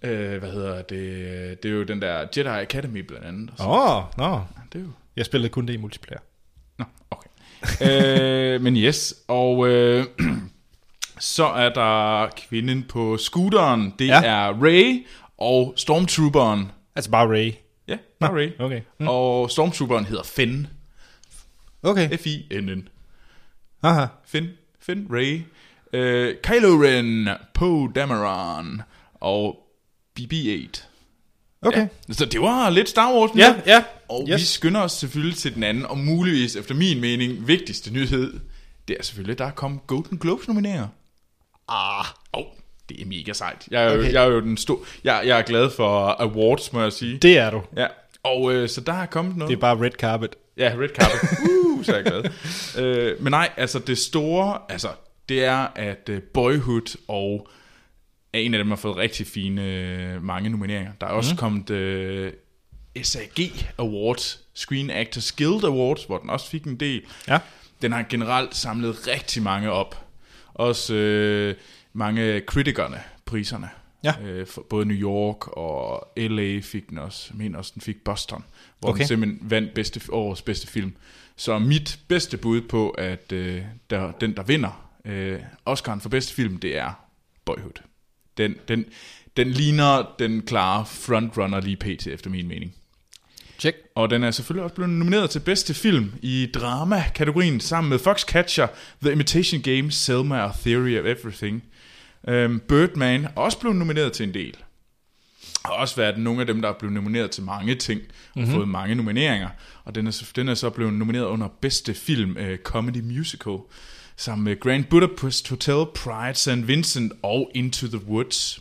B: Øh, hvad hedder det? Det er jo den der Jedi Academy blandt andet.
A: Åh, oh, nå. No.
B: Det er jo...
A: Jeg spillede kun det i multiplayer.
B: Nå, okay. øh, men yes, og øh, så er der kvinden på scooteren. Det ja. er Rey og Stormtrooperen.
A: Altså bare Rey?
B: Ja, bare Rey.
A: Okay. Mm.
B: Og Stormtrooperen hedder Finn.
A: Okay.
B: F I N N.
A: Aha.
B: Finn, Finn, Rey. Øh, Kylo Ren, Poe Dameron og B B otte.
A: Okay.
B: Ja, så det var lidt Star Wars.
A: Ja, ja.
B: Og
A: yes.
B: vi skynder os selvfølgelig til den anden, og muligvis, efter min mening, vigtigste nyhed. Det er selvfølgelig, der er kommet Golden Globes nomineringer. Ah, oh, det er mega sejt. Jeg er, okay. jo, jeg er jo den store. Jeg, jeg er glad for awards, må jeg sige.
A: Det er du.
B: Ja. Og øh, så der er kommet noget.
A: Det er bare red carpet.
B: Ja, red carpet. Uh, så er jeg glad. øh, men nej, altså det store, altså det er, at uh, Boyhood og en af dem har fået rigtig fine, mange nomineringer. Der er også mm. kommet uh, S A G Awards, Screen Actors Guild Awards, hvor den også fik en del.
A: Ja.
B: Den har generelt samlet rigtig mange op. Også uh, mange kritikerne, priserne.
A: Ja.
B: Uh, for både New York og L A fik den også. Jeg mener også, den fik Boston, hvor
A: okay.
B: den simpelthen vandt bedste, årets bedste film. Så mit bedste bud på, at uh, der, den, der vinder uh, Oscar'en for bedste film, det er Boyhood. Den, den, den ligner den klare frontrunner lige pt. Efter min mening.
A: Check.
B: Og den er selvfølgelig også blevet nomineret til bedste film i drama-kategorien sammen med Foxcatcher, The Imitation Game, Selma og Theory of Everything. Um, Birdman er også blevet nomineret til en del. Har også været nogle af dem, der er blevet nomineret til mange ting og mm-hmm. fået mange nomineringer. Og den er, den er så blevet nomineret under bedste film, uh, Comedy Musical, sammen med Grand Budapest Hotel, Pride, Saint Vincent og Into the Woods.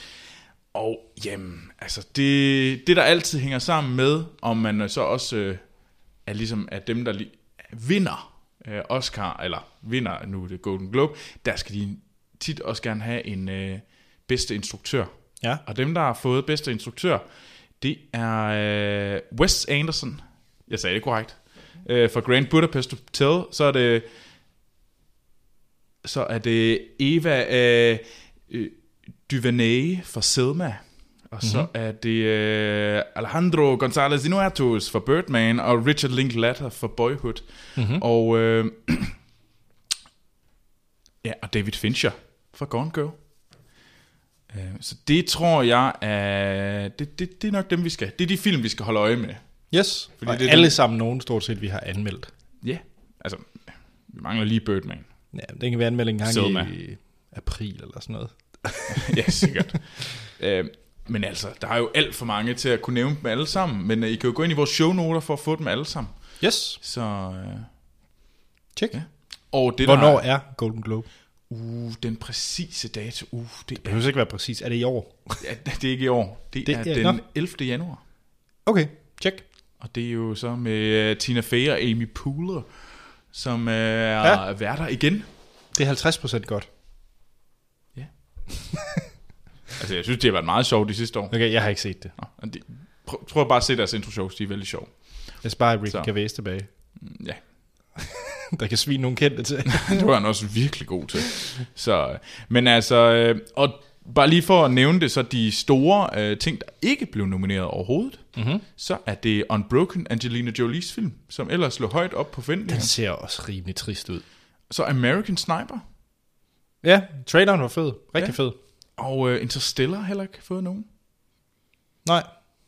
B: Og jamen, altså det, det der altid hænger sammen med, om man så også øh, er ligesom af dem, der li- vinder øh, Oscar, eller vinder nu det Golden Globe, der skal de tit også gerne have en øh, bedste instruktør.
A: Ja.
B: Og dem, der har fået bedste instruktør, det er øh, Wes Anderson. Jeg sagde det korrekt. Øh, for Grand Budapest Hotel, så er det så er det Eva øh, øh, Duvernay for Selma, og mm-hmm. så er det øh, Alejandro González Iñárritu for Birdman, og Richard Linklater for Boyhood, mm-hmm. og øh, ja, og David Fincher for Gone Girl. Øh, så det tror jeg er det, det, det er nok dem vi skal. Det er de film vi skal holde øje med.
A: Yes. Fordi og
B: det er
A: alle
B: dem.
A: sammen nogen stort set vi har anmeldt.
B: Ja, yeah. Altså vi mangler lige Birdman.
A: Ja, den kan vi anmelde en gang
B: Selma.
A: i april eller sådan noget.
B: Ja, sikkert. øh, men altså, der er jo alt for mange til at kunne nævne dem alle sammen. Men uh, I kan jo gå ind i vores shownoter for at få dem alle sammen.
A: Yes.
B: Så, uh,
A: check.
B: Ja. Og det,
A: hvornår
B: der er,
A: er Golden Globe?
B: Uh, den præcise dato. Uh, det,
A: det behøver ikke være præcis. Er det i år?
B: Ja, det er ikke i år. Det, det er, er den no. ellevte januar.
A: Okay, check.
B: Og det er jo så med uh, Tina Fey og Amy Poehler, som uh, er ja. værter igen.
A: Det er halvtreds procent godt.
B: Ja. Altså, jeg synes, det har været meget sjovt de sidste år.
A: Okay, jeg har ikke set det.
B: Nå, de, prøv, prøv bare at se deres intro-shows, de er veldig sjov.
A: Jeg sparer Ricky Gervais tilbage.
B: Ja.
A: Der kan svine nogle kendte til.
B: Det var han også virkelig god til. Så, men altså, og bare lige for at nævne det, så de store øh, ting, der ikke blev nomineret overhovedet, mm-hmm. så er det Unbroken, Angelina Jolies film, som ellers lå højt op på forventningerne.
A: Den ser også rimelig trist ud.
B: Så American Sniper.
A: Ja, traileren var fed. Rigtig ja. fed.
B: Og uh, Interstellar har heller ikke fået nogen.
A: Nej.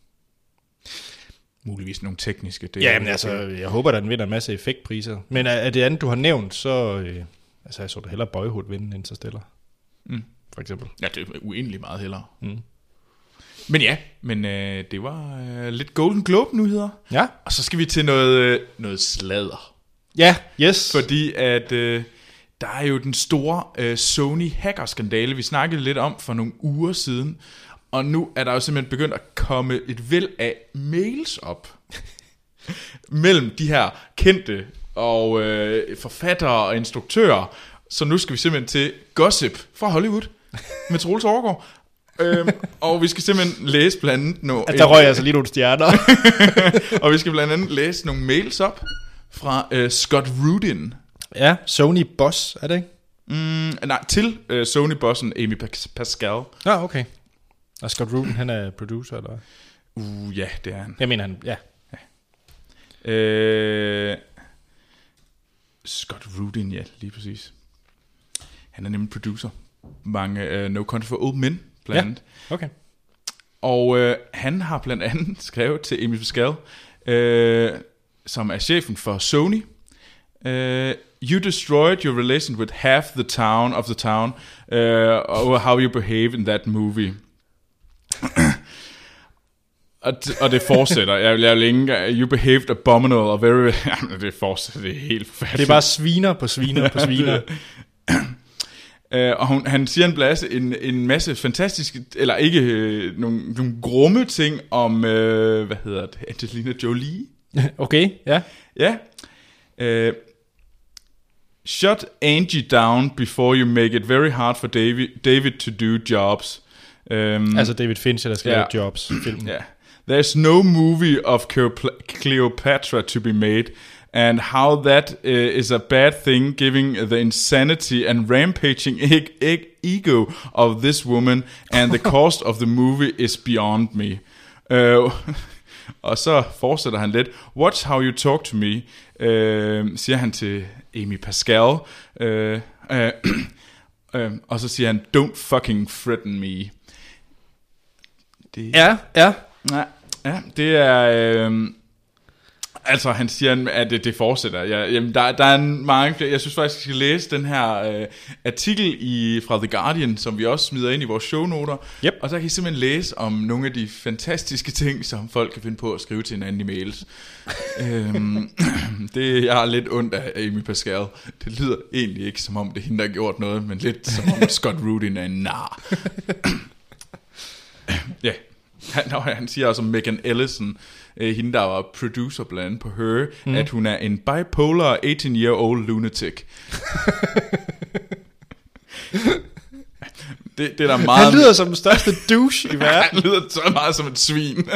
B: Muligvis nogle tekniske. Det
A: ja, men altså, jeg håber, der den vinder en masse effektpriser. Men af det andet, du har nævnt, så... Øh, altså, jeg så da hellere Boyhood vinde Interstellar.
B: Mm.
A: For eksempel.
B: Ja, det er uendelig meget hellere. Mm. Men ja, men øh, det var øh, lidt Golden Globe nyheder.
A: Ja.
B: Og så skal vi til noget, øh, noget sladder.
A: Ja, yes.
B: Fordi at øh, der er jo den store øh, Sony hacker-skandale, vi snakkede lidt om for nogle uger siden. Og nu er der jo simpelthen begyndt at komme et væld af mails op mellem de her kendte og øh, forfattere og instruktører. Så nu skal vi simpelthen til gossip fra Hollywood med Troels Overgaard. øhm, og vi skal simpelthen læse blandt andet nogle...
A: At der røg altså lige nogle stjerner.
B: Og vi skal blandt andet læse nogle mails op fra øh, Scott Rudin.
A: Ja, Sony Boss, er det ikke?
B: Mm, nej, til øh, Sony Bossen Amy Pascal.
A: Ja, okay. Og Scott Rudin, han er producer, eller?
B: Uh, ja, det er han.
A: Jeg mener han, ja.
B: ja. Øh, Scott Rudin, ja, lige præcis. Han er nemlig producer. Mange uh, No Country for Old Men, blandt andet.
A: Ja, okay.
B: Og uh, han har blandt andet skrevet til Amy Pascal, uh, som er chefen for Sony. Uh, you destroyed your relation with half the town of the town uh, over how you behave in that movie. og, d- og det fortsætter. Jeg, jeg vil ikke, you behaved abominable og very... Jamen, det fortsætter, det er helt forfærdeligt.
A: Det er bare sviner på sviner på sviner.
B: Uh, og hun, han siger en plads en, en masse fantastiske, eller ikke øh, nogle, nogle grumme ting om, øh, hvad hedder det, Angelina Jolie.
A: Okay, ja.
B: Ja. Uh, Shut Angie down before you make it very hard for David, David to do jobs. Um,
A: altså David Fincher, der skal
B: ja.
A: lave Jobs filmen.
B: Yeah. There's no movie of Cleopatra to be made, and how that uh, is a bad thing, given the insanity and rampaging e- e- ego of this woman, and the cost of the movie is beyond me. Uh, og så fortsætter han lidt. Watch how you talk to me, uh, siger han til Amy Pascal. Uh, uh, uh, og så siger han, don't fucking threaten me. Det,
A: Ja, ja.
B: ja, ja, det er... Øh, altså, han siger, at det, det fortsætter. Ja, jamen, der, der er mange flere. Jeg synes faktisk, jeg skal læse den her øh, artikel i, fra The Guardian, som vi også smider ind i vores shownoter.
A: Yep.
B: Og så kan I simpelthen læse om nogle af de fantastiske ting, som folk kan finde på at skrive til hinanden i mails. øhm, det jeg er lidt ondt af Amy Pascal. Det lyder egentlig ikke, som om det er hende, der har gjort noget, men lidt som om Scott Rudin er en nar. Ja, han, han siger også om Megan Ellison, øh, hende der var producer blandt andet på Her, mm. at hun er en bipolar eighteen-year-old lunatic. det, det er der meget...
A: Han lyder som den største douche i verden.
B: Han lyder så meget som et svin.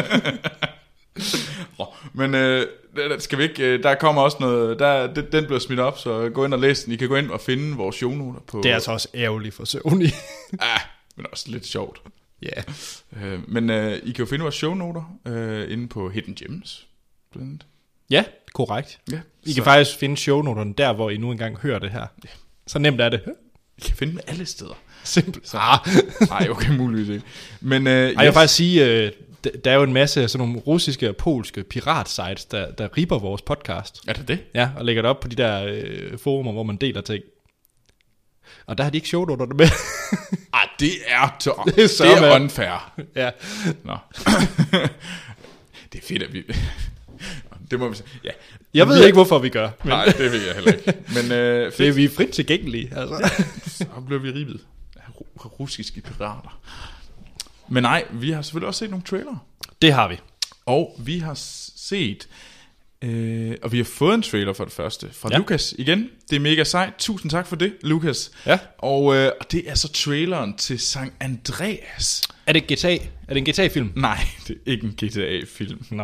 B: Men øh, der, skal vi ikke, der kommer også noget, der, den bliver smidt op, så gå ind og læs den. I kan gå ind og finde vores shownoter på...
A: Det er altså også ærgerligt for Sony.
B: ah, men også lidt sjovt.
A: Ja.
B: Yeah. Øh, men øh, I kan jo finde vores shownoter øh, inde på Hidden Gems, blandt andet.
A: Ja, korrekt.
B: Ja,
A: I
B: så.
A: kan faktisk finde shownoterne der, hvor I nu engang hører det her. Ja. Så nemt er det.
B: I kan finde dem alle steder.
A: Simpelt.
B: Så. Nej, okay, muligvis ikke. Men, øh,
A: Ej, jeg vil faktisk sige, øh, der er jo en masse sådan nogle russiske og polske piratsites, der, der ripper vores podcast.
B: Er det det?
A: Ja, og lægger det op på de der øh, forumer, hvor man deler ting. Og der har de ikke shownoterne med.
B: Ah, det er, to-
A: Det
B: det
A: er så
B: er, det er
A: med.
B: unfair.
A: Ja.
B: Nå. Det er fedt, at vi... Det må vi sige. Ja.
A: Jeg ved
B: vi...
A: ikke, hvorfor vi gør. Men
B: Nej, det ved jeg heller ikke. Men øh, fedt.
A: det er vi frit tilgængelige. Altså.
B: Så bliver vi ribbet af ru- russiske pirater. Men nej, vi har selvfølgelig også set nogle trailere.
A: Det har vi.
B: Og vi har set... Øh, og vi har fået en trailer for det første fra
A: Ja.
B: Lucas igen. Det er mega sejt. Tusind tak for det, Lucas.
A: Ja.
B: Og, øh, og det er så traileren til Sankt Andreas.
A: Er det G T A? Er det en G T A-film?
B: Nej, det er ikke en G T A-film.
A: Nå.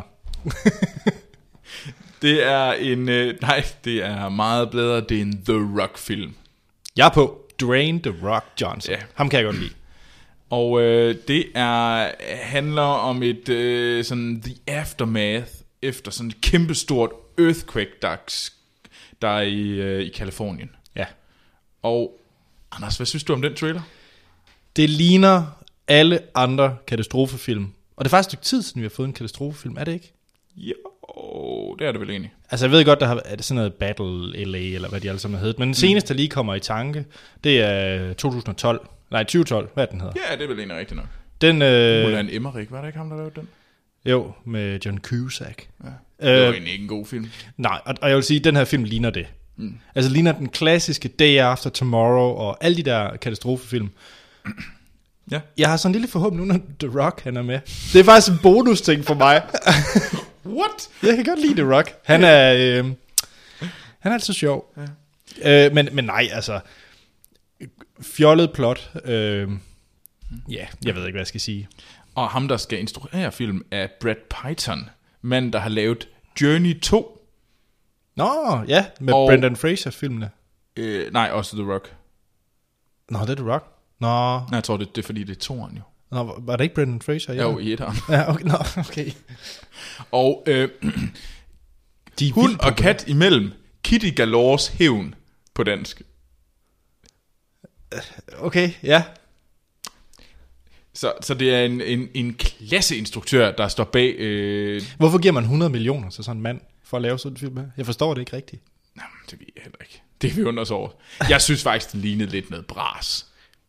B: Det er en... Øh, nej, det er meget bedre. Det er en The Rock-film.
A: Jeg er på Dwayne The Rock Johnson.
B: Ja.
A: Ham kan jeg godt lide.
B: Og øh, det er handler om et øh, sådan the aftermath efter sådan et kæmpestort earthquake, der, der er i, øh, i Kalifornien.
A: Ja.
B: Og Anders, hvad synes du om den trailer?
A: Det ligner alle andre katastrofefilm. Og det er faktisk et stykke tid siden, vi har fået en katastrofefilm. Er det ikke?
B: Jo, det er det vel egentlig.
A: Altså jeg ved godt, der har, er det sådan noget Battle L A, eller hvad de alle sammen har heddet. Men den seneste, der lige kommer i tanke, det er to tusind og tolv. Nej, tyve tolv. Hvad er den hedder?
B: Ja, det er vel egentlig rigtigt nok.
A: Den, øh,
B: Roland Emmerich, var det ikke ham, der lavede den?
A: Jo, med John Cusack.
B: Ja. Det var
A: Øh,
B: egentlig ikke en god film.
A: nej, og, og jeg vil sige, at den her film ligner det. Mm. Altså ligner den klassiske Day After Tomorrow, og alle de der katastrofefilm.
B: Ja.
A: Jeg har sådan en lille forhåbning, når The Rock han er med. Det er faktisk en bonus ting for mig.
B: What?
A: Jeg kan godt lide The Rock. Han er, øh, han er altid sjov. Ja. Øh, men, men nej, altså, fjollet plot. Øh, ja, jeg ved ikke, hvad jeg skal sige.
B: Og ham, der skal instruere film, er Brad Peyton, mand, der har lavet Journey to.
A: Nå, ja, med
B: Og-
A: Brendan Fraser-filmene.
B: Øh, nej, også The Rock.
A: Nå, det er The Rock. Nå,
B: Nej, jeg tror, det, det er fordi, det er toren jo.
A: Nå, var det ikke Brendan Fraser? Ja?
B: Jo, i etteren.
A: Ja, okay. Nå, okay.
B: Og øh,
A: De
B: hund og kat imellem. Kitty Galores hævn på dansk.
A: Okay, ja.
B: Så, så det er en, en, en klasseinstruktør, der står bag... Øh...
A: Hvorfor giver man hundrede millioner til sådan en mand, for at lave sådan en film her? Jeg forstår det ikke rigtigt.
B: Jamen, det ved jeg heller ikke. Det er vi undres over. Jeg synes faktisk, det lignede lidt noget bras.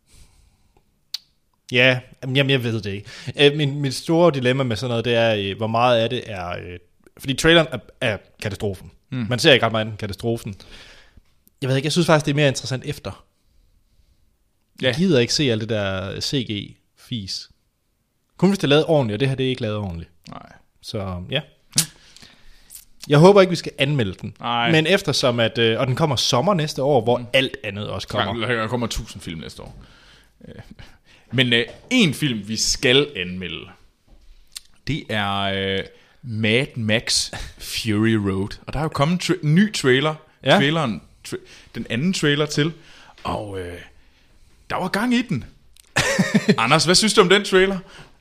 A: Ja, jamen jeg ved det ikke. Øh, min, mit store dilemma med sådan noget, det er, øh, hvor meget af det er... Øh, fordi traileren er, er katastrofen. Mm. Man ser ikke ret meget af den katastrofen. Jeg ved ikke, jeg synes faktisk, det er mere interessant efter. Ja. Jeg gider ikke se alt det der C G-fis. Kun hvis det er lavet ordentligt, og det her det er ikke lavet ordentligt.
B: Nej.
A: Så ja. Jeg håber ikke, vi skal anmelde den.
B: Nej.
A: Men eftersom, at... Øh, og den kommer sommer næste år, hvor mm. alt andet også kommer.
B: Der kommer tusind film næste år. Men øh, en film, vi skal anmelde, det er øh, Mad Max Fury Road. Og der er jo kommet en tra- ny trailer. Ja. Traileren, tra- den anden trailer til. Og øh, der var gang i den. Anders, hvad synes du om den trailer?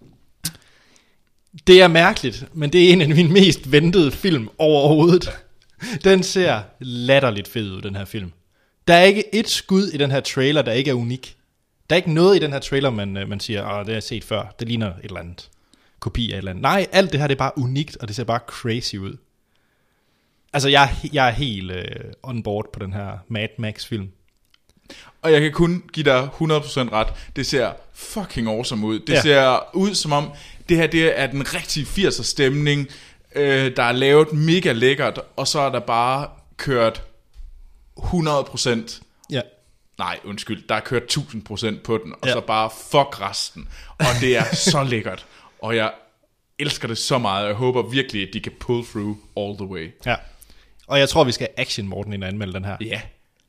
A: Det er mærkeligt, men det er en af mine mest ventede film overhovedet. Den ser latterligt fed ud, den her film. Der er ikke et skud i den her trailer, der ikke er unik. Der er ikke noget i den her trailer, man, man siger, åh, det har jeg set før. Det ligner et eller andet kopi af et eller andet. Nej, alt det her, det er bare unikt, og det ser bare crazy ud. Altså, jeg, jeg er helt uh, on board på den her Mad Max-film.
B: Og jeg kan kun give dig hundrede procent ret. Det ser fucking awesome ud. Det
A: ja.
B: ser ud som om, det her det er den rigtige firser stemning, øh, der er lavet mega lækkert, og så er der bare kørt hundrede procent.
A: Ja.
B: Nej, undskyld, der er kørt tusind procent på den, og
A: ja.
B: så bare fuck resten. Og det er så lækkert. Og jeg elsker det så meget, og jeg håber virkelig, at de kan pull through all the way.
A: Ja. Og jeg tror, vi skal action Morten ind og anmelde den her.
B: Ja.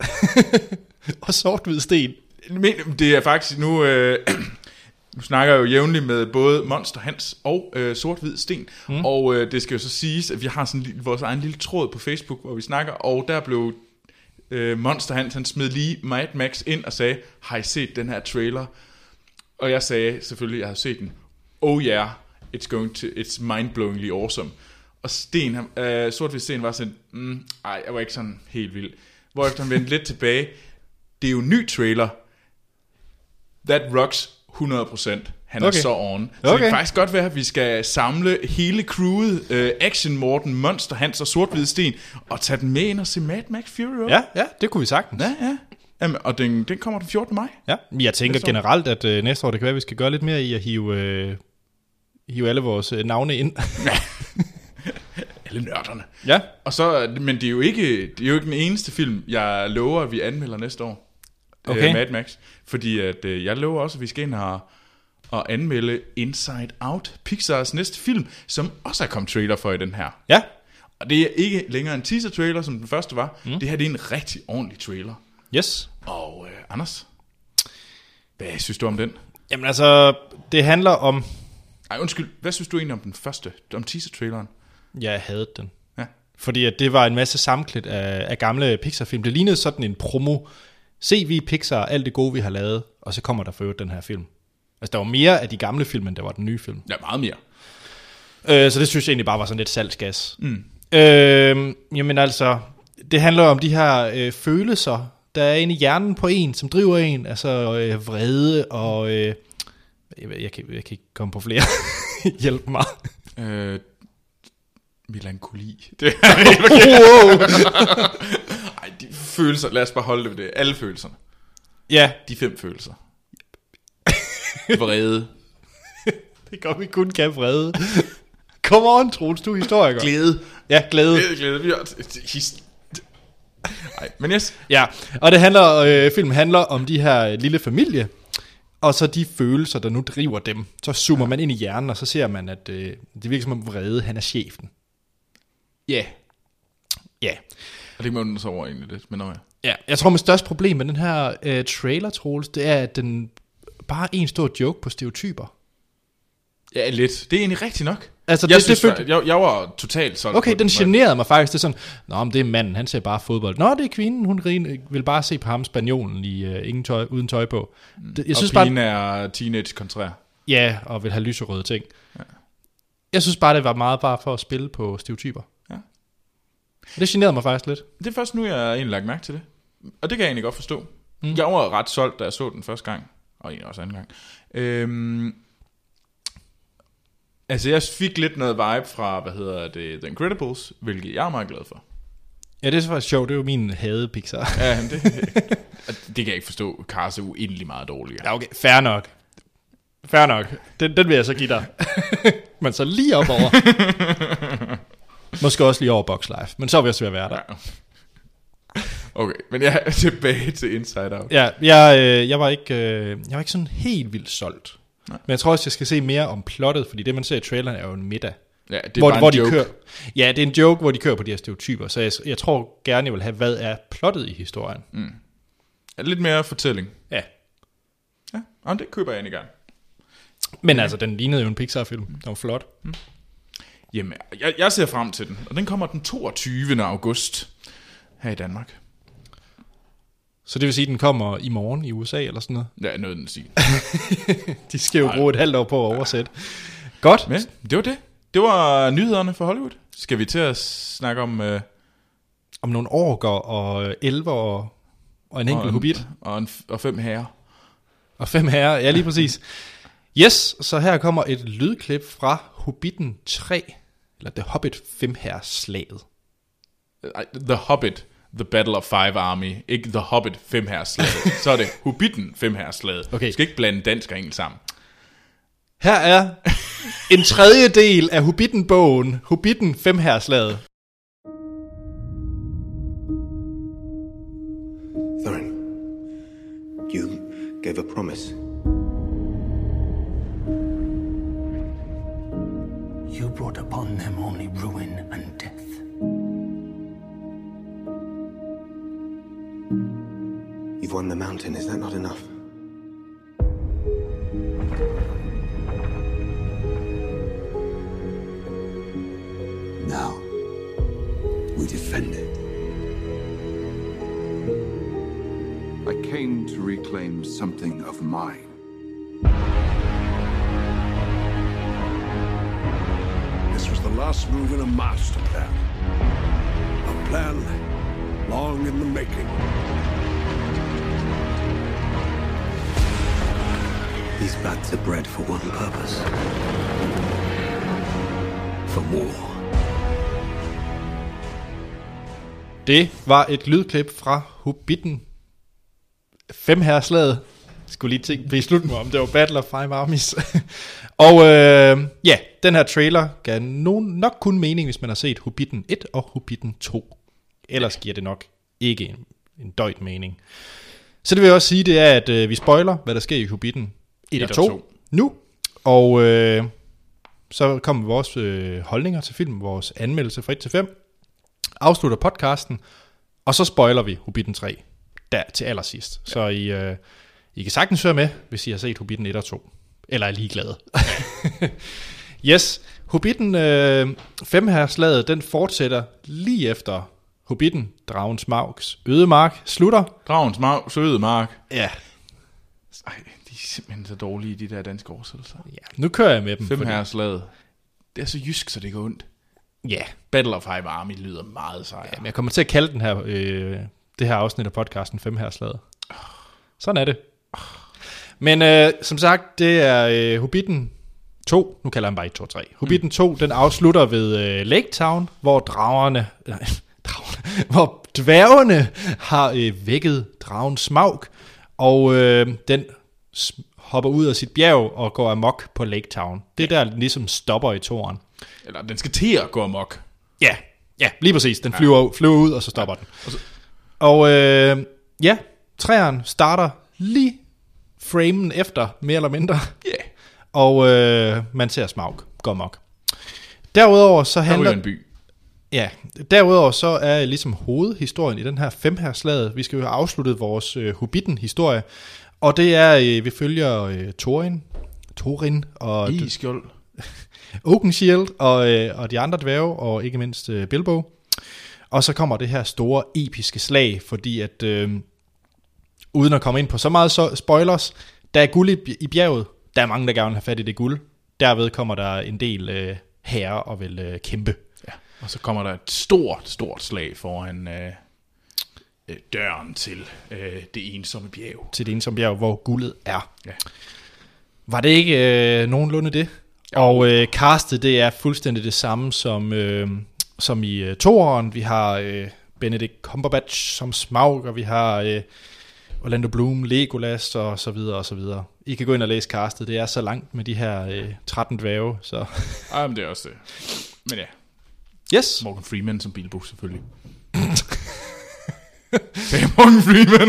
A: Og sort-hvid sten.
B: Men det er faktisk nu... Øh, nu snakker jeg jo jævnligt med både Monster Hans og øh, Sort-hvid sten. Mm. Og øh, det skal jo så siges, at vi har sådan vores egen lille tråd på Facebook, hvor vi snakker. Og der blev øh, Monster Hans, han smed lige Mad Max ind og sagde, har I set den her trailer? Og jeg sagde selvfølgelig, jeg har set den. Oh yeah, it's going to, it's mind-blowingly awesome. Og Sten, øh, Sort-hvid sten var sådan, mm, ej, jeg var ikke sådan helt vild. Hvorefter han vendte lidt tilbage. Det er jo en ny trailer. That rocks hundrede procent. Han okay. er så on. Så okay. det kan faktisk godt være, at vi skal samle hele crewet, uh, Action Morten, Monster Hans og Sort-hvid sten, og tage den med ind og se Mad Max Fury Road.
A: Ja, ja, det kunne vi sagtens.
B: Ja, ja. Jamen, og den, den kommer den fjortende maj.
A: Ja, jeg tænker generelt, at uh, næste år, det kan være, at vi skal gøre lidt mere i at hive, uh, hive alle vores uh, navne ind.
B: Alle nørderne.
A: Ja.
B: Og så, men det er jo ikke, det er jo ikke den eneste film, jeg lover, at vi anmelder næste år. Okay. Uh, Mad Max. Fordi at, uh, jeg lover også, at vi skal ind og, og anmelde Inside Out, Pixars næste film, som også er kommet trailer for i den her.
A: Ja.
B: Og det er ikke længere en teaser trailer, som den første var. Mm. Det her det er en rigtig ordentlig trailer.
A: Yes.
B: Og uh, Anders, hvad synes du om den?
A: Jamen altså, det handler om...
B: Ej, undskyld, hvad synes du egentlig om den første, om teaser traileren?
A: Jeg havde den.
B: Ja.
A: Fordi at det var en masse sammenklidt af, af gamle Pixar-film. Det lignede sådan en promo. Se vi Pixar, alt det gode vi har lavet, og så kommer der for øvrigt den her film. Altså der var mere af de gamle film, end der var den nye film.
B: Ja, meget mere.
A: Øh, så det synes jeg egentlig bare var sådan lidt salgsgas. Mm. Øh, jamen altså, det handler om de her øh, følelser, der er inde i hjernen på en, som driver en. Altså øh, vrede og... Øh, jeg, jeg, kan, jeg kan ikke komme på flere. Hjælp mig.
B: Øh... Melankoli. Det er helt forkert. Ej, de følelser, lad os bare holde det ved det. Alle følelserne.
A: Ja.
B: De fem følelser. Vrede.
A: Det går vi kun kan vrede. Come on, Troels, du er historiker.
B: Glæde.
A: Ja, glæde.
B: Glæde, glæde. Vi har... Ej, men yes.
A: Ja, og det handler, øh, filmen handler om de her lille familie, og så de følelser, der nu driver dem. Så zoomer ja. man ind i hjernen, og så ser man, at øh, det virker som om vrede, han er chefen.
B: Ja. Yeah.
A: Ja. Yeah.
B: Og det må man så over egentlig lidt, men når jeg...
A: Ja, jeg tror, mit største problem med den her øh, trailer, Troels, det er, at den bare er en stor joke på stereotyper.
B: Ja, lidt. Det er egentlig rigtigt nok.
A: Altså,
B: jeg,
A: det,
B: synes,
A: det følte...
B: jeg, jeg var totalt solgt.
A: Okay, den generede mig faktisk. Det er sådan, nå, men det er manden, han ser bare fodbold. Nå, det er kvinden, hun griner, vil bare se på ham, spaniolen, i, uh, ingen tøj, uden tøj på. Det, jeg
B: og
A: synes
B: pigen
A: bare...
B: er teenage kontrær.
A: Ja, og vil have lyserøde ting. Ja. Jeg synes bare, det var meget bare for at spille på stereotyper. Ja. Det generede mig faktisk lidt.
B: Det er først nu, jeg har egentlig lagt mærke til det. Og det kan jeg egentlig godt forstå. Mm. Jeg var ret solgt, da jeg så den første gang. Og egentlig også anden gang. Øhm, altså, jeg fik lidt noget vibe fra, hvad hedder det, The Incredibles, hvilket jeg er meget glad for.
A: Ja, det er faktisk sjovt. Det er jo min hade Pixar.
B: Ja, det, det kan jeg ikke forstå. Cars er uendelig meget dårligere.
A: Ja, okay. Fair nok. Fair nok. Den, den vil jeg så give dig. Men så lige op over. Måske også lige over Box Life. Men så vil jeg svært være der.
B: Ja. Okay, men jeg er tilbage til Inside Out.
A: Ja, jeg, øh, jeg, var ikke, øh, jeg var ikke sådan helt vildt solgt. Nej. Men jeg tror også, jeg skal se mere om plottet, fordi det, man ser i traileren, er jo en middag.
B: Ja, det er
A: hvor,
B: bare
A: hvor
B: en
A: de
B: joke.
A: Kører, ja, det er en joke, hvor de kører på de her stereotyper. Så jeg, jeg tror gerne, jeg vil have, hvad er plottet i historien.
B: Mm. Ja, lidt mere fortælling.
A: Ja.
B: Ja, og det køber jeg ind i gang.
A: Men altså, den lignede jo en Pixar-film. Den var flot. Mm.
B: Jamen, jeg, jeg ser frem til den. Og den kommer den toogtyvende august her i Danmark.
A: Så det vil sige, at den kommer i morgen i U S A eller sådan noget?
B: Ja, noget den siger.
A: De skal jo bruge et halvt år på at oversætte. Godt.
B: Men det var det. Det var nyhederne for Hollywood. Skal vi til at snakke om... Øh...
A: Om nogle orker og elver og, og en enkelt hobbit?
B: Og, en, og fem herrer.
A: Og fem herrer, ja lige præcis. Yes, så her kommer et lydklip fra Hobbiten tre, eller The Hobbit fem herreslaget.
B: The Hobbit, The Battle of Five Army, ikke The Hobbit fem herreslaget. Så er det Hobbiten fem herreslaget. Okay. Du skal ikke blande dansk og engelsk sammen.
A: Her er en tredjedel af Hobbiten-bogen, Hobbiten fem herreslaget.
C: Thorin, you gave a promise.
D: You brought upon them only ruin and death.
C: You've won the mountain, is that not enough?
D: Now, we defend it.
E: I came to reclaim something of mine.
F: This was the last move in a master plan. A plan long in the making.
C: These bats are bred for one purpose. For war.
A: Det var et lydklip fra Hobbiten fem herreslaget. Skulle lige tænke, blive slut med, om det var Battle of Five Armies. Og øh, ja, den her trailer gav nogen, nok kun mening, hvis man har set Hobbiten et og Hobbiten to. Ellers giver det nok ikke en, en døjt mening. Så det vil jeg også sige, det er, at øh, vi spoiler, hvad der sker i Hobbiten et og to nu. Og øh, så kommer vores øh, holdninger til filmen, vores anmeldelse fra et til fem. Afslutter podcasten, og så spoiler vi Hobbiten tre der til allersidst. Ja. Så I, øh, I kan sagtens høre med, hvis I har set Hobbiten et og to. Eller er ligeglade. Yes, Hobbiten øh, fem herreslaget, den fortsætter lige efter Hobbiten, Dragens Marks ødemark, slutter.
B: Dragens Marks ødemark.
A: Ja.
B: Ej, de er simpelthen så dårlige, de der danske oversættelser.
A: Ja, nu kører jeg med dem.
B: Fem herreslaget. Det er så jysk, så det går ondt.
A: Ja.
B: Battle of Five Army lyder meget sejr.
A: Ja, men jeg kommer til at kalde den her, øh, det her afsnit af podcasten fem herreslaget. Sådan er det. Men øh, som sagt, det er øh, Hobbiten to, nu kalder jeg den bare et, to, tre. Hobbiten mm. to, den afslutter ved øh, Lake Town, hvor dragerne, nej, dragerne, hvor dværgene har øh, vækket dragen Smaug, og øh, den hopper ud af sit bjerg og går amok på Lake Town. Det er der ligesom stopper i toren.
B: Eller den skal til at gå amok.
A: Ja, ja, lige præcis. Den flyver, ja. flyver ud, og så stopper ja. den. Og, så... og øh, ja, træeren starter lige framen efter, mere eller mindre.
B: Ja. Yeah.
A: Og øh, man ser Smaug gå amok. Derudover så handler...
B: en by.
A: Ja, derudover så er ligesom hovedhistorien i den her femherreslaget. Vi skal jo have afsluttet vores øh, Hobbiten-historie. Og det er, øh, vi følger øh, Thorin, Thorin og...
B: Iskjold.
A: Oakenshield og, øh, og de andre dværge, og ikke mindst øh, Bilbo. Og så kommer det her store, episke slag, fordi at, øh, uden at komme ind på så meget så spoilers, der er guld i, i bjerget, der er mange, der gerne vil have fat i det guld. Derved kommer der en del øh, herrer og vil øh, kæmpe.
B: Ja. Og så kommer der et stort, stort slag foran øh, øh, døren til øh, det ensomme bjerg.
A: Til det ensomme bjerg, hvor guldet er.
B: Ja.
A: Var det ikke øh, nogenlunde det? Jo. Og øh, castet, det er fuldstændig det samme som, øh, som i øh, toeren. Vi har øh, Benedict Cumberbatch som Smaug, og vi har øh, Orlando Bloom, Legolas og så videre og så videre. I kan gå ind og læse castet. Det er så langt med de her øh, tretten dværge. Så.
B: Ej, men det er også det. Men ja.
A: Yes.
B: Morgan Freeman som Bilbo, selvfølgelig. Det er Morgan Freeman.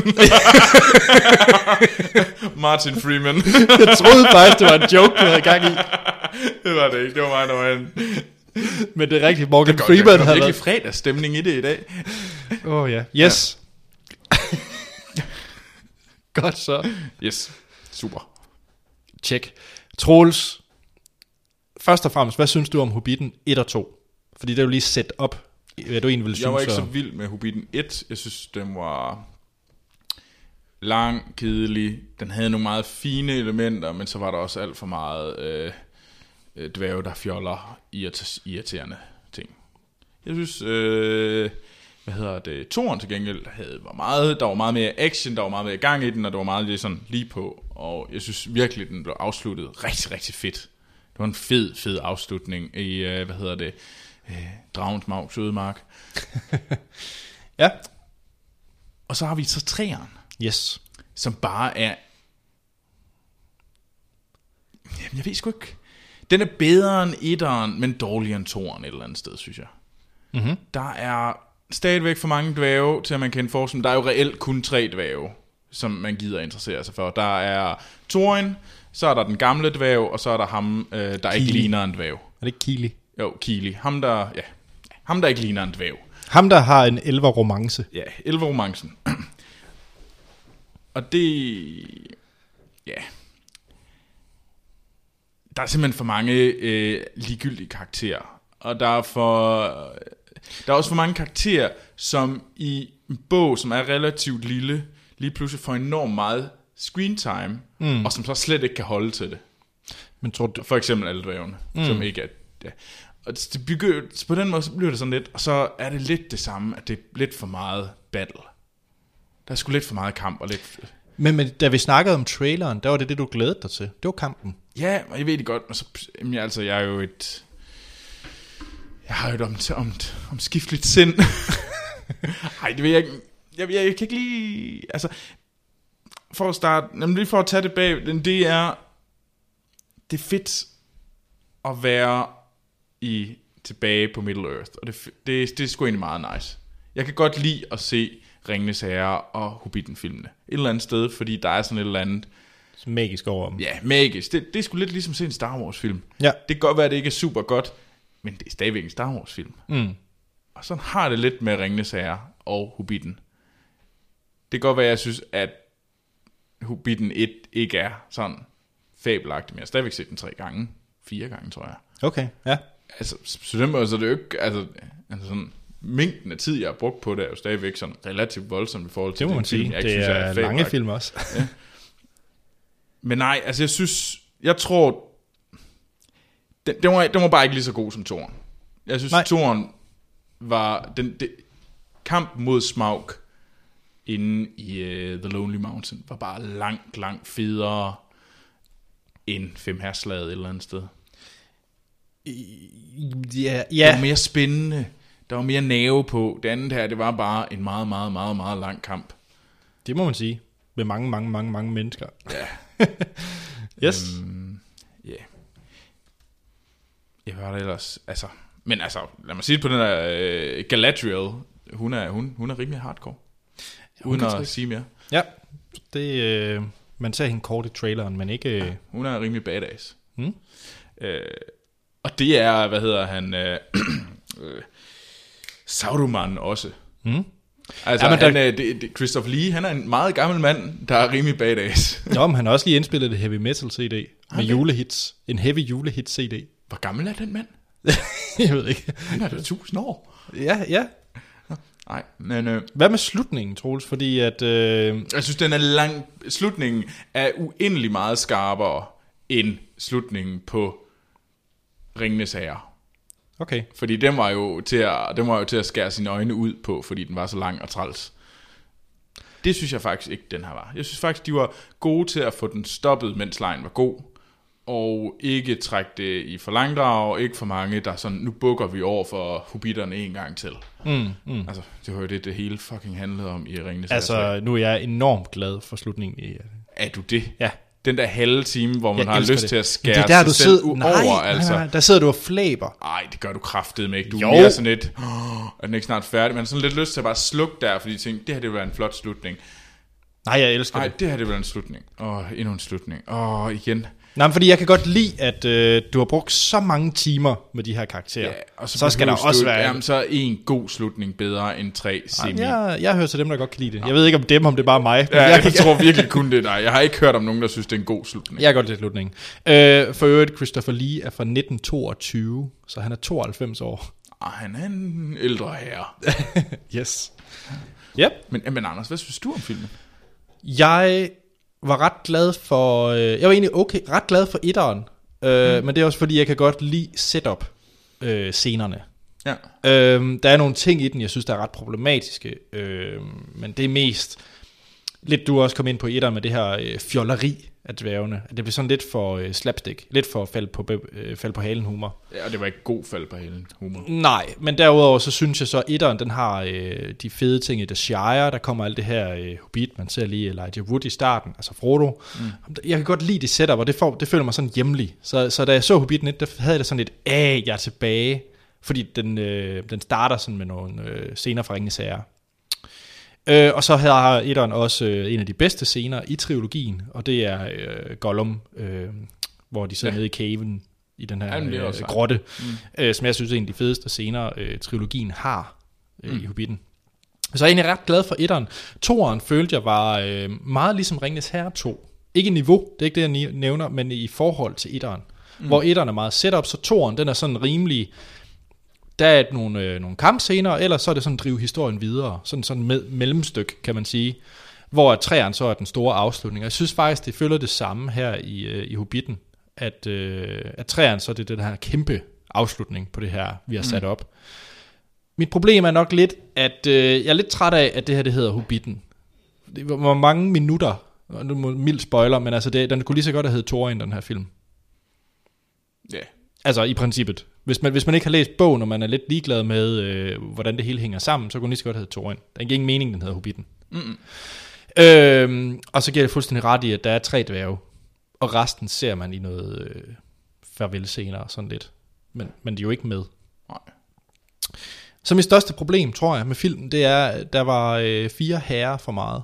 B: Martin Freeman.
A: Jeg troede faktisk, det var en joke, du havde gang i.
B: Det var det ikke. Det var mig, der var en.
A: Men det er rigtigt. Morgan
B: Det
A: Freeman
B: der
A: havde
B: virkelig fredagsstemning i det i dag.
A: Åh oh, ja. Yes. Ja. Godt så.
B: Yes. Super.
A: Tjek. Troels, først og fremmest, hvad synes du om Hobbiten et og to? Fordi det er jo lige set op, hvad du egentlig ville synes.
B: Jeg var ikke
A: så
B: så vild med Hobbiten et. Jeg synes, den var lang, kedelig. Den havde nogle meget fine elementer, men så var der også alt for meget øh, dværge, der fjoller irriterende ting. Jeg synes, øh, hvad hedder det, toren til gengæld, havde, var meget, der var meget mere action, der var meget mere gang i den, og der var meget lige sådan lige på. Og jeg synes virkelig, den blev afsluttet rigtig, rigtig fedt. Det var en fed, fed afslutning i, øh, hvad hedder det, øh, Dragens Maugs ødemark.
A: Ja.
B: Og så har vi så træeren,
A: Yes.
B: som bare er, jamen jeg ved sgu ikke, den er bedre end etteren, men dårligere end toeren et eller andet sted, synes jeg.
A: Mm-hmm.
B: Der er stadigvæk for mange dværge, til at man kan forestille. Der er jo reelt kun tre dværge, som man gider interessere sig for. Der er Thorin, så er der den gamle dværg, og så er der ham, øh, der
A: Kili.
B: ikke ligner en dværg.
A: Er det ikke Kili?
B: Jo, Kili. Ham der, ja, ham der ikke ligner en dværg.
A: Ham, der har en elver-romance.
B: Ja, elverromancen. Og det, ja, der er simpelthen for mange øh, ligegyldige karakterer. Og der er for, der er også for mange karakterer, som i en bog, som er relativt lille, lige pludselig får enormt meget screen time, mm. og som så slet ikke kan holde til det.
A: Men tror du...
B: For eksempel alle dværgene, mm. som ikke er... Ja. Og det bygger, på den måde så bliver det sådan lidt, og så er det lidt det samme, at det er lidt for meget battle. Der er sgu lidt for meget kamp og lidt...
A: Men, men da vi snakkede om traileren, der var det det, du glædede dig til. Det var kampen.
B: Ja, og jeg ved det godt, men så... Jamen, jeg, altså, jeg er jo et... Jeg har jo et om, om, om skiftligt sind. Ej, det ved jeg ikke... Jeg, jeg, jeg kan ikke lige... Altså... For at starte... Jamen, lige for at tage det bag... Det er... Det er fedt at være i tilbage på Middle Earth, og det, det, det er sgu egentlig meget nice. Jeg kan godt lide at se Ringenes Herre og Hobbiten-filmene et eller andet sted, fordi der er sådan et eller andet
A: magisk over dem.
B: Ja, magisk. Det, det er sgu lidt ligesom at se en Star Wars-film.
A: Ja.
B: Det kan godt være, at det ikke er super godt, men det er stadigvæk en Star Wars-film.
A: Mm.
B: Og sådan har det lidt med Ringenes Herre og Hobbiten. Det kan godt være, at jeg synes, at Hobbiten et ikke er sådan fabelagtig, men jeg har stadigvæk set den tre gange. Fire gange, tror jeg.
A: Okay, ja.
B: Altså, så det er det jo ikke, altså, altså sådan, mængden af tid, jeg har brugt på det, er jo stadigvæk sådan relativt voldsomt i forhold til
A: det må man
B: film,
A: sige.
B: jeg
A: Det
B: ikke
A: er,
B: synes, er
A: lange
B: fabelagtig.
A: film også.
B: Ja. Men nej, altså jeg synes, jeg tror, den, den, var, den var bare ikke lige så god som toren. Jeg synes, toren var, den, den, kampen mod Smaug inde i uh, The Lonely Mountain, var bare langt, langt federe end Femherslaget et eller andet sted.
A: Ja,
B: ja. Det var mere spændende. Der var mere nerve på. Det andet her, det var bare en meget, meget, meget, meget lang kamp.
A: Det må man sige. Med mange, mange, mange, mange mennesker.
B: Ja.
A: Yes.
B: Øhm, yeah. Jeg hører det ellers. Altså, men altså, lad mig sige det på den der øh, Galadriel. Hun er, hun, hun er rimelig hardcore. Ja, uden at trække. sige mere.
A: Ja, det, øh, man ser hende kort i traileren, men ikke... Øh...
B: Ja, hun er rimelig badass.
A: Mm.
B: Øh, og det er, hvad hedder han... Øh, øh, Sauruman også.
A: Mm.
B: Altså,
A: ja, men
B: han,
A: der...
B: øh, det, det, Christopher Lee, han er en meget gammel mand, der er rimelig badass.
A: Nå, men han har også lige indspillet et heavy metal C D med okay. julehits. En heavy julehit C D.
B: Hvor gammel er den mand?
A: Jeg ved ikke.
B: Han er da tusind år.
A: Ja, ja.
B: Nej, men... Øh,
A: Hvad med slutningen, Troels? Fordi at... Øh...
B: Jeg synes, den er lang... Slutningen er uendelig meget skarpere end slutningen på Ringenes Herre.
A: Okay.
B: Fordi den var jo til at, den var jo til at skære sine øjne ud på, fordi den var så lang og træls. Det synes jeg faktisk ikke, den her var. Jeg synes faktisk, de var gode til at få den stoppet, mens lejen var god. Og ikke trække det i for langdrag, og ikke for mange, der sådan, nu bukker vi over for hobitterne en gang til.
A: Mm, mm.
B: Altså, det var jo det, det hele fucking handlede om i Ringenes Herre.
A: Altså, nu er jeg enormt glad for slutningen i...
B: Er du det?
A: Ja.
B: Den der halve time, hvor man
A: Jeg
B: har lyst
A: det.
B: til at skære
A: det er der,
B: sig
A: du
B: selv
A: sidder...
B: ud
A: nej,
B: over,
A: nej,
B: altså.
A: nej, der sidder du og flæber.
B: Ej, det gør du kraftedeme ikke. Du
A: Jo.
B: er mere sådan lidt, oh, er den ikke snart færdig? Man har sådan lidt lyst til at bare slukke der, fordi de tænker, det her det vil være en flot slutning.
A: Nej, jeg elsker
B: Nej,
A: det.
B: det her det vil være en slutning. Åh, oh, endnu en slutning. Åh, oh, igen.
A: Nej, men fordi jeg kan godt lide, at øh, du har brugt så mange timer med de her karakterer.
B: Ja, og så,
A: så skal der
B: behøves
A: også
B: du,
A: være...
B: Jamen, så er en god slutning bedre end tre semi.
A: Jeg, jeg hører til dem, der godt kan lide det. Jeg ved ikke om dem, om det er bare mig. Men
B: Ja,
A: jeg,
B: jeg,
A: kan,
B: jeg tror virkelig kun det er dig. Jeg har ikke hørt om nogen, der synes, det er en god slutning.
A: jeg kan godt lide slutningen. Øh, for øvrigt, Christopher Lee er fra nitten toogtyve, så han er tooghalvfems år.
B: Ah, han er en ældre herre.
A: Yes. Yep.
B: Men, men Anders, hvad synes du om filmen?
A: Jeg var ret glad for... Øh, jeg var egentlig okay, ret glad for etteren. Øh, mm. Men det er også fordi, jeg kan godt lide setup øh, scenerne.
B: Ja.
A: Øh, der er nogle ting i den, jeg synes, der er ret problematiske. Øh, men det er mest... Lidt du også kom ind på etteren med det her øh, fjolleri af dværgene. Det blev sådan lidt for øh, slapstick. Lidt for fald på, øh, fald på halen humor.
B: Ja, og det var ikke god fald på halen humor.
A: Nej, men derudover så synes jeg så, at etteren, den har øh, de fede ting i The Shire. Der kommer alt det her øh, Hobbit, man ser lige Elijah Wood i starten, altså Frodo. Mm. Jeg kan godt lide det setup, og det, får, det føler mig sådan hjemlig. Så, så da jeg så Hobbiten et, der havde jeg det sådan lidt, æh, jeg er tilbage. Fordi den, øh, den starter sådan med nogle øh, scener fra Ringenes Herre. Øh, og så har etteren også øh, en af de bedste scener i trilogien, og det er øh, Gollum, øh, hvor de sidder ja. nede i caven i den her
B: ja,
A: øh, grotte, mm. øh, som jeg synes er en af de fedeste scener, øh, trilogien har øh, mm. i Hobbiten. Så jeg er egentlig ret glad for etteren. Toeren følte jeg var øh, meget ligesom Ringenes Herre to. Ikke i niveau, det er ikke det, jeg nævner, men i forhold til etteren. Mm. Hvor etteren er meget setup, så toeren, den er sådan rimelig... Der er nogle, øh, nogle kampscener, eller så er det sådan at drive historien videre. Sådan sådan med, mellemstykke, kan man sige. Hvor træerne så er den store afslutning. Og jeg synes faktisk, det følger det samme her i, øh, i Hobbiten. At, øh, at træerne så er det den her kæmpe afslutning på det her, vi har sat op. Mm. Mit problem er nok lidt, at øh, jeg er lidt træt af, at det her det hedder Hobbiten. Det var mange minutter, og nu må mild spoiler, men altså det, den kunne lige så godt have heddet Thorin, den her film.
B: Ja. Yeah. Altså
A: i princippet. Hvis man, hvis man ikke har læst bogen, og man er lidt ligeglad med, øh, hvordan det hele hænger sammen, så kunne den lige så godt hedde Thorin. Der er ingen mening, den hedder Hobbiten. Mm-hmm. Øhm, og så giver det fuldstændig ret i, at der er tre dværge, og resten ser man i noget øh, farvelscener og sådan lidt. Men, men de er jo ikke med.
B: Nej.
A: Så mit største problem, tror jeg, med filmen, det er, at der var øh, fire herrer for meget.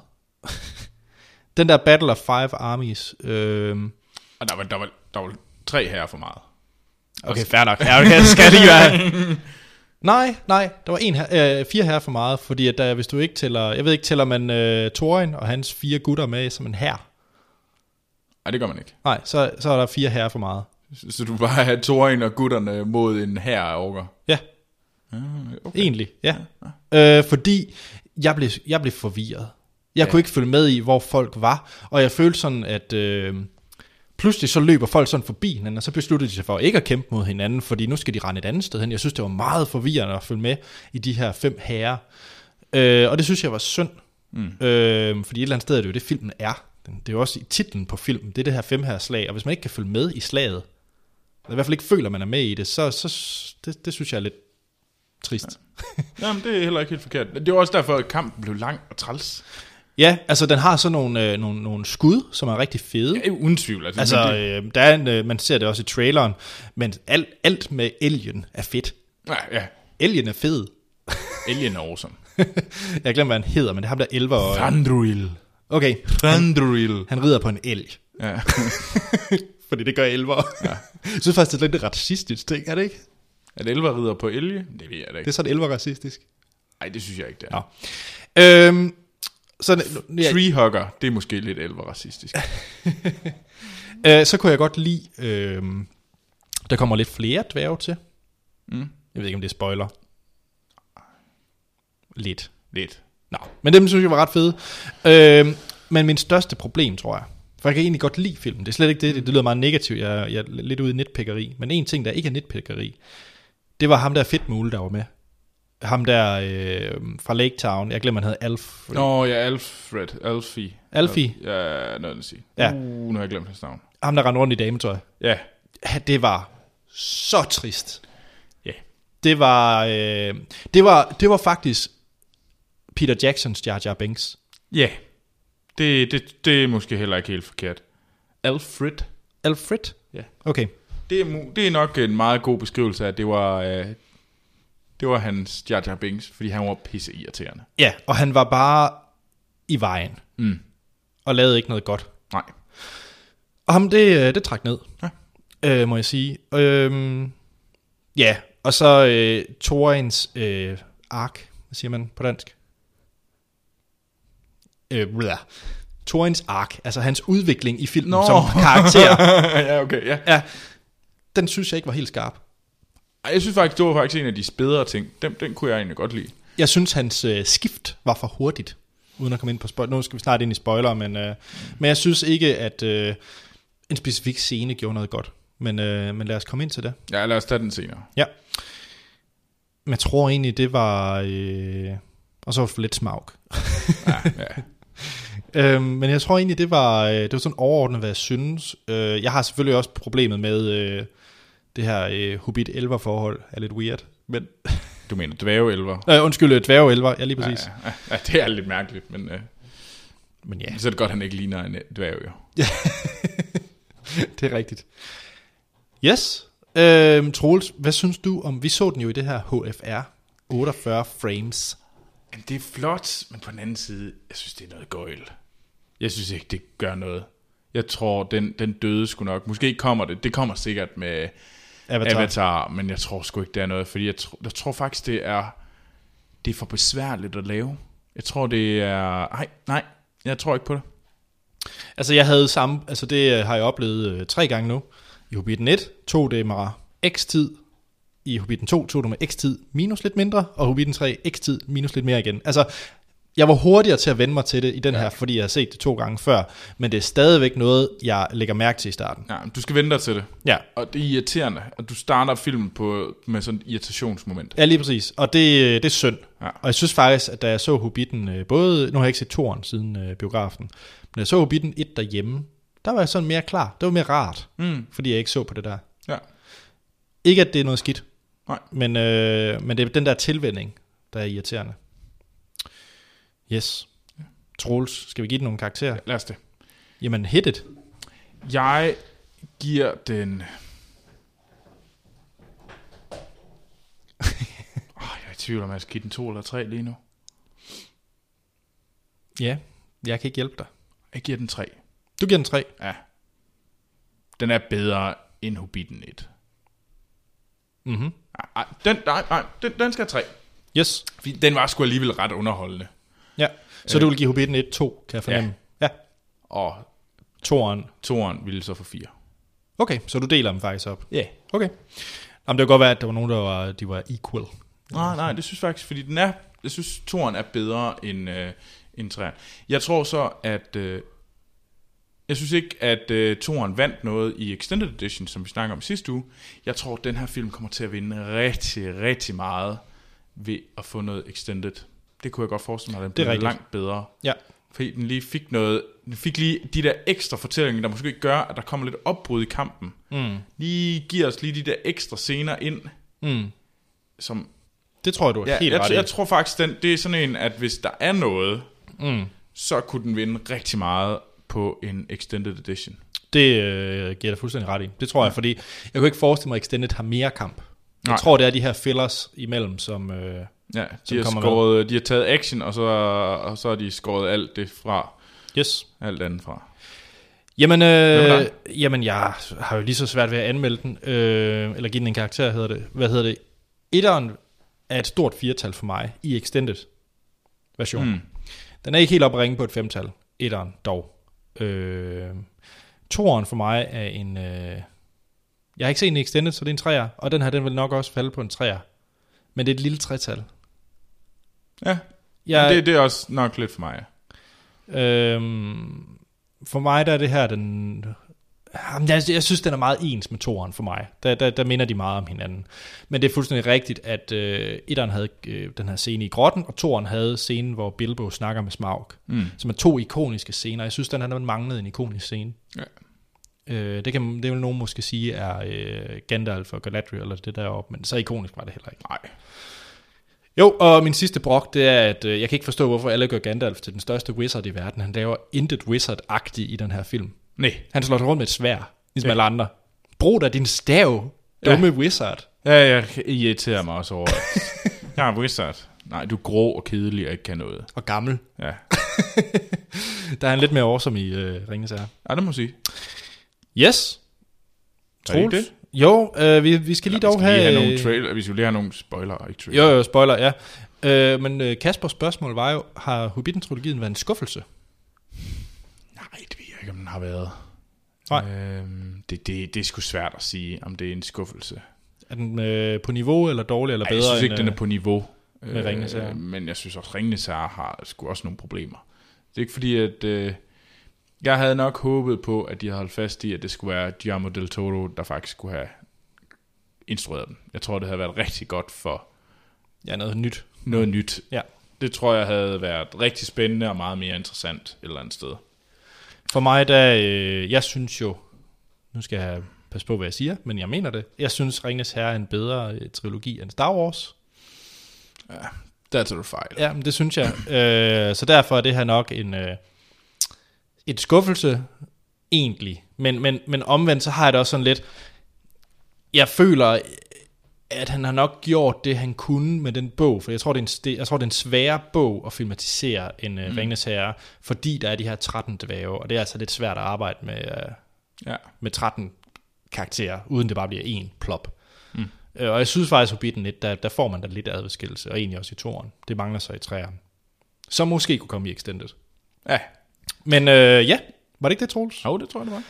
A: Den der Battle of Five Armies. Øh,
B: og der var, der, var, der var tre herrer for meget.
A: Okay, fair nok. Ja, okay, skal jeg lige være. Nej, nej, der var en her, øh, fire herrer for meget, fordi at der, hvis du ikke tæller, jeg ved ikke, tæller man øh, Thorin og hans fire gutter med som en hær?
B: Nej, det gør man ikke.
A: Nej, så, så er der fire herrer for meget.
B: Så, så du bare har Thorin og gutterne mod en hær af orker?
A: Ja. Okay. Egentlig, ja. ja. Øh, fordi jeg blev, jeg blev forvirret. Jeg ja. kunne ikke følge med i, hvor folk var, og jeg følte sådan, at... Øh, pludselig så løber folk sådan forbi hinanden, og så besluttede de sig for ikke at kæmpe mod hinanden, fordi nu skal de rende et andet sted hen. Jeg synes, det var meget forvirrende at følge med i de her fem herrer. Øh, og det synes jeg var synd. Mm. Øh, fordi et eller andet sted er det jo det, filmen er. Det er jo også i titlen på filmen. Det er det her fem her slag. Og hvis man ikke kan følge med i slaget, eller i hvert fald ikke føler, man er med i det, så, så det, det synes jeg er lidt trist.
B: Ja. Jamen, det er heller ikke helt forkert. Det er også derfor, at kampen blev lang og træls.
A: Ja, altså den har sådan nogle, øh, nogle, nogle skud, som er rigtig fede.
B: Ja, uden tvivl. Altså,
A: altså øh, der er en, øh, man ser det også i traileren, men alt, alt med Alien er fedt.
B: Ja, ja.
A: Alien er fed.
B: Alien er awesome.
A: Jeg glemmer, hvad han hedder, men det er ham der elver. Og...
B: Thranduil.
A: Okay.
B: Thranduil.
A: Han rider på en elg.
B: Ja.
A: Fordi det gør elver. Ja. Jeg synes faktisk, det er lidt racistisk ting, er det ikke?
B: At elver rider på elge? Det ved jeg da ikke.
A: Det er sådan elver racistisk.
B: Nej, det synes jeg ikke, det er.
A: Ja. Øhm... Så,
B: ja. Treehugger, det er måske lidt elver-racistisk.
A: øh, så kunne jeg godt lide, øh, der kommer lidt flere dværge til. Mm. Jeg ved ikke, om det er spoiler. Lidt.
B: Lidt.
A: Nå, men dem synes jeg var ret fede. Øh, men min største problem, tror jeg, For jeg kan egentlig godt lide filmen. Det er slet ikke det. Det, det lyder meget negativt. Jeg, jeg er lidt ude i nitpikkeri. Men en ting, der ikke er nitpikkeri, det var ham der Fedtmule, der var med. Ham der øh, fra Lake Town. Jeg glemmer, han hed Alf.
B: Nå, ja, Alfred. Alfie.
A: Alfie?
B: Ja, noget at sige.
A: Ja.
B: Uh, nu har jeg glemt hans navn.
A: Ham, der rendte rundt i dametøj.
B: Ja.
A: Ja, det var så trist.
B: Ja.
A: Det var, øh, det var, det var faktisk Peter Jacksons Jar Jar Binks.
B: Ja. Det, det, det er måske heller ikke helt forkert. Alfred.
A: Alfred?
B: Ja.
A: Okay.
B: Det er, det er nok en meget god beskrivelse af, at det var, øh, det var hans Jar Jar Binks, fordi han var pisse irriterende.
A: Ja, og han var bare i vejen.
B: Mm.
A: Og lavede ikke noget godt.
B: Nej.
A: Og ham, det, det trak ned,
B: ja.
A: øh, må jeg sige. Øhm, ja, og så øh, Torins øh, ark, hvad siger man på dansk? Øh, Torins ark, altså hans udvikling i filmen Nå. som karakter.
B: ja, okay, ja.
A: ja. Den synes jeg ikke var helt skarp.
B: Jeg synes faktisk, det var faktisk en af de bedre ting. Den, den kunne jeg egentlig godt lide.
A: Jeg synes, hans øh, skift var for hurtigt. Uden at komme ind på spoiler. Nu skal vi snart ind i spoiler, men, øh, men jeg synes ikke, at øh, en specifik scene gjorde noget godt. Men, øh, men lad os komme ind til det.
B: Ja, lad os tage den senere.
A: Ja. Men jeg tror egentlig, det var... Øh, og så var det for lidt smag.
B: ja, ja.
A: øhm, men jeg tror egentlig, det var, øh, det var sådan overordnet, hvad jeg synes. Øh, jeg har selvfølgelig også problemet med øh, det her øh, Hobbit-elver-forhold. Er lidt weird, men...
B: Du mener dværge-elver?
A: Øh, undskyld, dværge-elver, ja lige præcis.
B: Ja, ja, ja, det er lidt mærkeligt, men, øh,
A: men ja.
B: Så er det godt, at han ikke ligner en dværg, jo.
A: Ja, det er rigtigt. Yes. Øhm, Troels, hvad synes du om, vi så den jo i det her H F R, otteogfyrre frames.
B: Det er flot, men på den anden side, jeg synes, det er noget gøjl. Jeg synes ikke, det gør noget. Jeg tror, den, den døde sgu nok. Måske kommer det, det kommer sikkert med... Avatar. Avatar, men jeg tror sgu ikke, det er noget, fordi jeg, tro, jeg tror faktisk, det er, det er for besværligt at lave. Jeg tror, det er... Nej, nej, jeg tror ikke på det.
A: Altså, jeg havde samme... Altså, det har jeg oplevet øh, tre gange nu. I Hobbiten et tog det mig x-tid. I Hobbiten to tog det mig x-tid minus lidt mindre. Og Hobbiten tre x-tid minus lidt mere igen. Altså... Jeg var hurtigere til at vende mig til det i den her, ja. Fordi jeg har set det to gange før. Men det er stadigvæk noget, jeg lægger mærke til i starten.
B: Ja, du skal vende dig til det.
A: Ja.
B: Og det er irriterende, at du starter filmen på, med sådan et irritationsmoment.
A: Ja, lige præcis. Og det, det er synd.
B: Ja.
A: Og jeg synes faktisk, at da jeg så Hobbiten, både, nu har jeg ikke set toeren siden øh, biografen, men da jeg så Hobbiten et derhjemme, der var jeg sådan mere klar. Det var mere rart,
B: mm. fordi
A: jeg ikke så på det der.
B: Ja.
A: Ikke at det er noget skidt,
B: Nej.
A: Men, øh, men det er den der tilvænning, der er irriterende. Yes. Troels, skal vi give den nogle karakterer?
B: Ja, lad os det.
A: Jamen, hit it.
B: Jeg giver den... oh, jeg er i tvivl om, jeg skal give den to eller tre lige nu.
A: Ja, jeg kan ikke hjælpe dig.
B: Jeg giver den tre.
A: Du giver den tre?
B: Ja. Den er bedre end Hobbiten et.
A: Mhm.
B: Nej, den, nej, nej, den, den skal have tre.
A: Yes.
B: Den var sgu alligevel ret underholdende.
A: Ja, så øh. du vil give Hobbiten et to, kan jeg fornemme. Ja. ja.
B: Og
A: toeren.
B: Toeren ville så få fire.
A: Okay, så du deler dem faktisk op.
B: Ja. Yeah.
A: Okay. Jamen, det kan godt være, at der var nogen, der var, de var equal.
B: Nej, nej, det synes faktisk, fordi den er, jeg synes, toeren er bedre end, øh, end treeren. Jeg tror så, at, øh, jeg synes ikke, at øh, toeren vandt noget i Extended Edition, som vi snakker om sidste uge. Jeg tror, at den her film kommer til at vinde rigtig, rigtig meget ved at få noget Extended. Det kunne jeg godt forestille mig, at den blev langt bedre.
A: Ja.
B: Fordi den lige fik noget, den fik lige de der ekstra fortællinger, der måske gør, at der kommer lidt opbrud i kampen.
A: Mm.
B: Lige giver os lige de der ekstra scener ind,
A: mm.
B: som...
A: Det tror jeg, du er
B: ja,
A: helt
B: jeg,
A: ret i.
B: Jeg tror faktisk, den, det er sådan en, at hvis der er noget,
A: mm.
B: så kunne den vinde rigtig meget på en Extended Edition.
A: Det øh, giver dig fuldstændig ret i. Det tror jeg, fordi jeg kunne ikke forestille mig, at Extended har mere kamp. Jeg
B: Nej.
A: tror, det er de her fillers imellem, som... Øh,
B: Ja, de har, skåret, de har taget action, og så, og så har de skåret alt det fra.
A: Yes.
B: Alt andet fra.
A: Jamen, øh, jamen, jeg har jo lige så svært ved at anmelde den, øh, eller give den en karakter, hedder det. Hvad hedder det? Etteren er et stort firetal for mig i Extended version. Mm. Den er ikke helt oppe at ringe på et femtal. Etteren dog. Øh, toeren for mig er en... Øh, jeg har ikke set en Extended, så det er en treer, og den her, den vil nok også falde på en treer. Men det er et lille tretal.
B: Ja,
A: jeg,
B: det, det er også nok lidt for mig.
A: Øhm, for mig der er det her den... Jeg, jeg synes, den er meget ens med toeren for mig. Der, der, der minder de meget om hinanden. Men det er fuldstændig rigtigt, at øh, etteren havde øh, den her scene i grotten, og toeren havde scenen, hvor Bilbo snakker med Smaug. Mm. Som er to ikoniske scener. Jeg synes, den har manglet en ikonisk scene. Ja. Øh, det, kan, det vil nogen måske sige er øh, Gandalf og Galadriel eller det deroppe, men så ikonisk var det heller ikke.
B: Nej.
A: Jo, og min sidste brok, det er, at øh, jeg kan ikke forstå, hvorfor alle gør Gandalf til den største wizard i verden. Han laver intet wizard-agtigt i den her film.
B: Nej.
A: Han slår rundt med et sværd, ligesom ja. alle andre. Brug da din stav, dumme ja. wizard.
B: Ja, jeg irriterer mig også over, at jeg er wizard. Nej, du er grå og kedelig og ikke kan noget.
A: Og gammel.
B: Ja.
A: Der er han lidt mere awesome i øh, Ringenes Herre.
B: Ja, det må jeg sige.
A: Yes.
B: Troels. Det?
A: Jo, øh, vi, vi skal lige
B: ja,
A: dog
B: vi skal
A: have...
B: Lige have nogle trailer. Vi skal lige have nogle spoiler, ikke trailer.
A: Jo, jo, spoiler, ja. Øh, men øh, Kaspers spørgsmål var jo, har Hobbiten-trilogien været en skuffelse?
B: Nej, det ved jeg ikke, om den har været.
A: Nej.
B: Øhm, det, det, det er sgu svært at sige, om det er en skuffelse.
A: Er den øh, på niveau, eller dårlig, eller
B: Ej,
A: bedre?
B: Jeg synes
A: end,
B: ikke, den er på niveau.
A: Med Ringenes Herre.
B: Øh, men jeg synes også, Ringenes Herre har sgu også nogle problemer. Det er ikke fordi, at... Øh, jeg havde nok håbet på, at de havde holdt fast i, at det skulle være Guillermo del Toro, der faktisk skulle have instrueret den. Jeg tror, det havde været rigtig godt for...
A: Ja, noget nyt.
B: Noget nyt.
A: Ja.
B: Det tror jeg havde været rigtig spændende og meget mere interessant et eller andet sted.
A: For mig, der... Øh, jeg synes jo... Nu skal jeg passe på, hvad jeg siger, men jeg mener det. Jeg synes, Ringenes Herre er en bedre øh, trilogi end Star Wars.
B: Ja, der tager du fejl.
A: Ja, men det synes jeg. øh, så derfor er det her nok en... Øh, et skuffelse, egentlig. Men, men, men omvendt, så har jeg det også sådan lidt... Jeg føler, at han har nok gjort det, han kunne med den bog. For jeg tror, det er en, jeg tror, det er en sværere bog at filmatisere end uh, mm. Ringenes Herre, fordi der er de her tretten dværge, og det er altså lidt svært at arbejde med, uh, ja. med tretten karakterer, uden det bare bliver én plop. Mm. Uh, og jeg synes faktisk, at Hobbiten lidt, der, der får man da lidt adskillelse, og egentlig også i toeren. Det mangler så i træerne. Så måske kunne komme i Extended.
B: Ja.
A: Men uh, ja, var det ikke det, Troels?
B: Jo, det tror jeg, det var.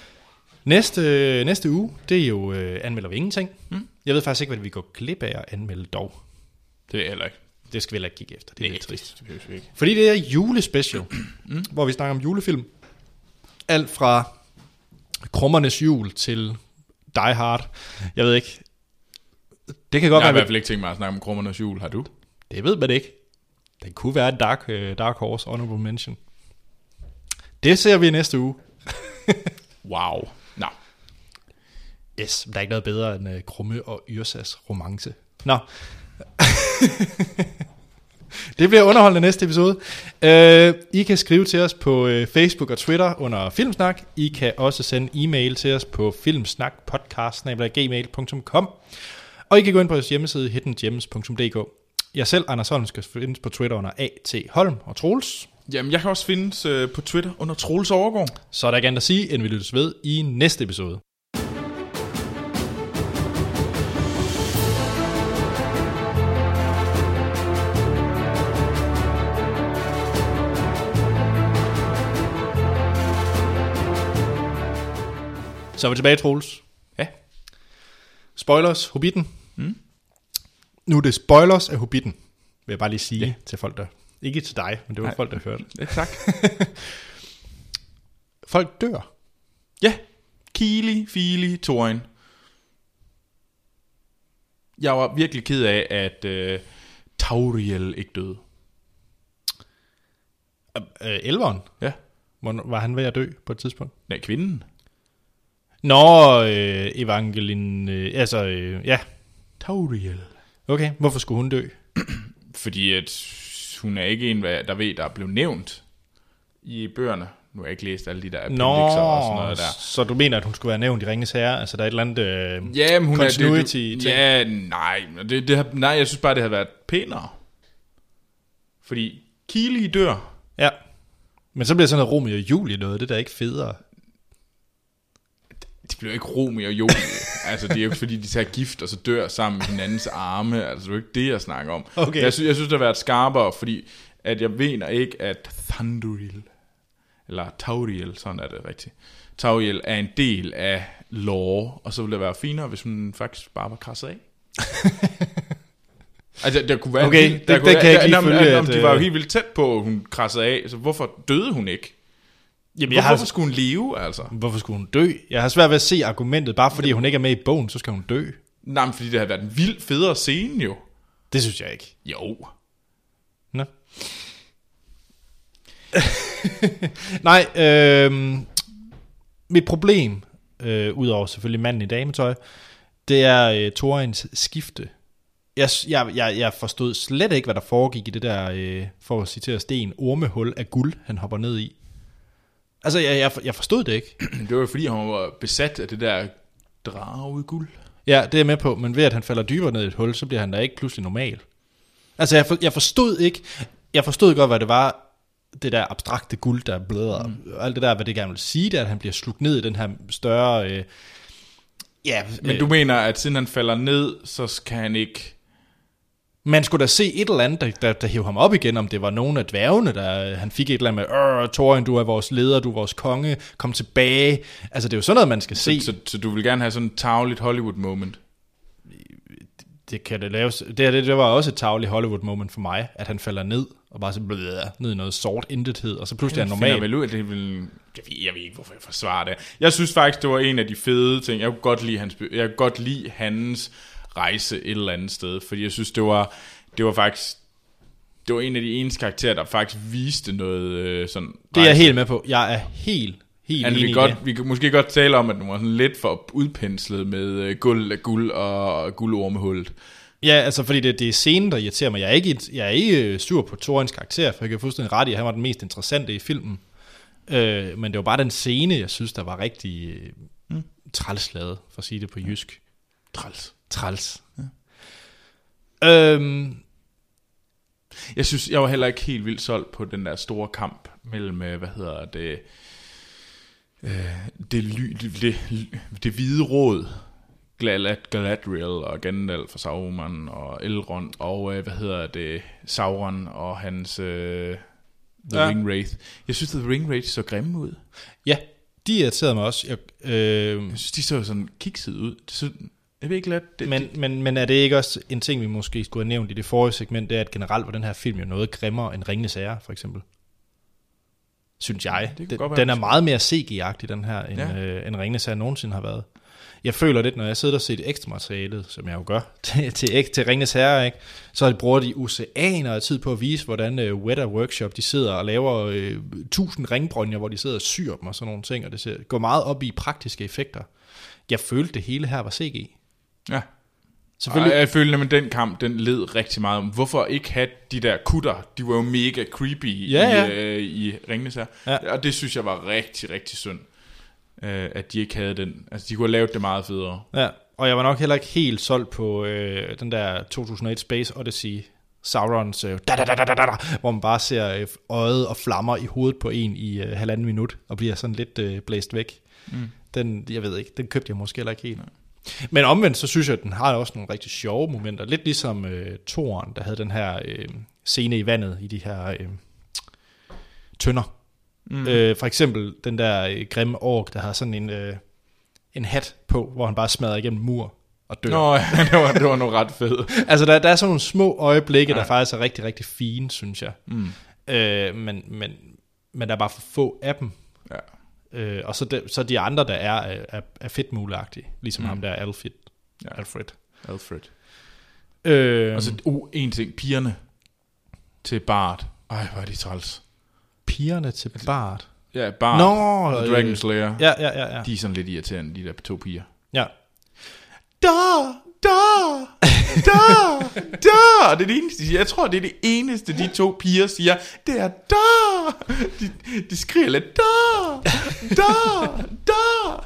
A: Næste, næste uge, det er jo øh, anmelder vi ingenting.
B: Mm.
A: Jeg ved faktisk ikke, hvad vi går glip af at anmelde dog.
B: Det er heller ikke.
A: Det skal vi heller ikke kigge efter. Det er
B: Nej,
A: lidt trist.
B: Det det ikke.
A: Fordi det er julespecial, mm. hvor vi snakker om julefilm. Alt fra Krummernes Jul til Die Hard. Jeg ved ikke. Det kan godt
B: jeg har
A: være,
B: i hvert fald ikke tænkt mig at snakke om Krummernes Jul. Har du?
A: Det ved man ikke. Det kunne være en dark, uh, dark Horse Honorable Mention. Det ser vi næste uge.
B: Wow. Nå.
A: Yes, der er ikke noget bedre end uh, Krumme og Yrsas romance. Nå. Det bliver underholdende næste episode. Uh, I kan skrive til os på uh, Facebook og Twitter under Filmsnak. I kan også sende e-mail til os på filmsnakpodcast snabel-a gmail punktum com. Og I kan gå ind på vores hjemmeside hidden gems punktum d k. Jeg selv, Anders Holm, skal findes på Twitter under A T Holm og Troels.
B: Jamen, jeg kan også findes øh, på Twitter under Troels Overgaard.
A: Så er der ikke andet at sige, end vi lyttes ved i næste episode. Så er vi tilbage, Troels.
B: Ja.
A: Spoilers, Hobbiten.
B: Mm.
A: Nu er det spoilers af Hobbiten, vil jeg bare lige sige
B: ja.
A: til folk, der... Ikke til dig, men det var Nej. folk, der hørte.
B: Ja, tak.
A: Folk dør.
B: Ja. Kili, Fili, Thorin. Jeg var virkelig ked af, at uh, Tauriel ikke døde.
A: Uh, uh, Elveren?
B: Ja.
A: Var, var han ved at dø på et tidspunkt?
B: Nej, kvinden.
A: Nå, øh, Evangeline... Øh, altså, øh, ja.
B: Tauriel.
A: Okay, hvorfor skulle hun dø?
B: Fordi at hun er ikke en, der ved, der er blevet nævnt i bøgerne. Nu har jeg ikke læst alle de der appendixer og sådan noget der.
A: Så du mener, at hun skulle være nævnt i Ringenes Herre? Altså, der er et eller andet øh,
B: ja, men hun
A: continuity
B: er, det, det, ja, nej, det, det har, nej, jeg synes bare, det havde været pænere. Fordi Kili dør.
A: Ja, men så bliver sådan noget Romeo og Julie noget, det der er ikke federe.
B: De bliver ikke Romeo og Julie. Altså, det er jo ikke fordi, de tager gift og så dør sammen med hinandens arme. Altså, det er jo ikke det, jeg snakker om.
A: Okay.
B: Jeg, synes, jeg synes, det har været skarpere, fordi at jeg mener ikke, at Thranduil, eller Tauriel, sådan er det rigtigt, Tauriel er en del af lore, og så ville det være finere, hvis hun faktisk bare var krasset af. Altså, der kunne være...
A: Okay,
B: der
A: det, det
B: kunne
A: kan jeg ikke lige følge.
B: At, de var jo helt vildt tæt på, at hun krassede af, så hvorfor døde hun ikke?
A: Jamen,
B: Hvorfor
A: har,
B: skulle hun leve, altså?
A: Hvorfor skulle hun dø? Jeg har svært ved at se argumentet, bare fordi hun ikke er med i bogen, så skal hun dø.
B: Nej, men fordi det har været en vild federe scene, jo.
A: Det synes jeg ikke.
B: Jo.
A: Nå. Nej, øh, mit problem, øh, udover selvfølgelig manden i dametøj, det er øh, Thorins skifte. Jeg, jeg, jeg, jeg forstod slet ikke, hvad der foregik i det der, øh, for at citere Sten, ormehul af guld, han hopper ned i. Altså, jeg, jeg, jeg forstod det ikke.
B: Det var jo fordi, han var besat af det der drage guld.
A: Ja, det er jeg med på, men ved at han falder dybere ned i et hul, så bliver han da ikke pludselig normal. Altså, jeg, for, jeg forstod ikke, jeg forstod godt, hvad det var, det der abstrakte guld, der bløder, mm. alt det der, hvad det gerne vil sige, det er, at han bliver slugt ned i den her større... Øh, ja,
B: Men
A: øh,
B: du mener, at siden han falder ned, så skal han ikke...
A: Man skulle da se et eller andet, der, der, der hævde ham op igen, om det var nogen af dværgene, der han fik et eller andet med, Thorin, du er vores leder, du er vores konge, kom tilbage. Altså, det er jo sådan noget, man skal se.
B: Så, så, så du vil gerne have sådan et tarveligt Hollywood-moment?
A: Det kan det laves. Det, det, det var også et tarveligt Hollywood-moment for mig, at han falder ned, og bare så bløder ned i noget sort intethed, og så pludselig er han normal.
B: Vel ud, det vil, jeg, ved, jeg ved ikke, hvorfor jeg forsvarer det. Jeg synes faktisk, det var en af de fede ting. Jeg kunne godt lide hans, jeg kunne godt lide hans rejse et eller andet sted, fordi jeg synes, det var, det var faktisk, det var en af de eneste karakterer, der faktisk viste noget øh, sådan rejse.
A: Det er jeg helt med på. Jeg er helt, helt
B: Han,
A: enig
B: vi,
A: i
B: godt,
A: det.
B: vi kan måske godt tale om, at den var sådan lidt for udpenslet med øh, guld af guld og guldormehullet.
A: Ja, altså fordi det, det er scenen, der irriterer mig. Jeg er ikke, jeg er ikke sur på Thorins karakter, for jeg kan fuldstændig ret i, at han var den mest interessante i filmen. Øh, men det var bare den scene, jeg synes, der var rigtig øh, mm. trælslaget, for at sige det på jysk.
B: Træls.
A: Træls. Ja. Øhm,
B: Jeg synes, jeg var heller ikke helt vildt solgt på den der store kamp mellem, hvad hedder det, øh, det, ly, det, det hvide råd, Galad, Galadriel og Gandalf og Sauron og Elrond og, hvad hedder det, Sauron og hans øh, The
A: ja.
B: Ring Wraith. Jeg synes, The Ring Wraith så grimme ud.
A: Ja, de irriterede mig også. Jeg, øh,
B: jeg synes, de så sådan kikset ud. Det så, jeg ved ikke lidt, det,
A: men,
B: det,
A: men, men er det ikke også en ting, vi måske skulle have nævnt i det forrige segment, det er, at generelt var den her film jo noget grimmere end Ringenes Herre, for eksempel. Synes jeg. Den,
B: være,
A: den er meget mere C G-agtig, den her, end,
B: ja.
A: øh, end Ringenes Herre nogensinde har været. Jeg føler lidt, når jeg sidder og ser det ekstra materialet, som jeg jo gør, til, til, til Ringenes Herre, ikke? Så bruger de oceaner af tid på at vise, hvordan uh, Weta Workshop, de sidder og laver uh, tusind ringbrønjer, hvor de sidder og syr dem og sådan nogle ting, og det ser, går meget op i praktiske effekter. Jeg følte, det hele her var C G.
B: Ja.
A: Selvfølgelig.
B: Og jeg følte, at den kamp, den led rigtig meget om, hvorfor ikke have de der kutter, de var jo mega creepy
A: ja, ja.
B: i, øh, i Ringenes Herre, ja. Og det synes jeg var rigtig, rigtig synd, øh, at de ikke havde den, altså de kunne have lavet det meget federe.
A: Ja, og jeg var nok heller ikke helt solgt på øh, den der to tusind og et Space Odyssey, Saurons, øh, da, da, da, da, da, da, hvor man bare ser øh, øjet og flammer i hovedet på en i øh, halvanden minut, og bliver sådan lidt øh, blæst væk. Mm. Den, jeg ved ikke, den købte jeg måske heller ikke helt. Nej. Men omvendt, så synes jeg, at den har også nogle rigtig sjove momenter. Lidt ligesom øh, Thoren, der havde den her øh, scene i vandet i de her øh, tønder. Mm. Øh, for eksempel den der øh, grimme ork, der har sådan en, øh, en hat på, hvor han bare smadrer igennem mur og dør.
B: Nå, ja, det var, det var noget ret fedt.
A: Altså, der, der er sådan nogle små øjeblikke, ja. Der faktisk er rigtig, rigtig fine, synes jeg. Mm. Øh, men, men, men der er bare for få af dem.
B: Ja.
A: Øh, og så de, så de andre, der er, er, er fedt muligagtige, ligesom mm. ham der Alfred.
B: Ja.
A: Alfred.
B: Alfred.
A: Øh,
B: og så uh, en ting, pigerne til Bard. Ej, hvor er de træls.
A: Pigerne til Bard?
B: Ja, Bard
A: Nå,
B: og Dragon Slayer.
A: Ja, ja, ja, ja.
B: De er sådan lidt irriterende, de der to piger.
A: Ja.
B: Da, da, da, da. Det er det eneste, de siger. Jeg tror, det er det eneste, de to piger siger. Det er da. De, de skriger lidt da, da, da.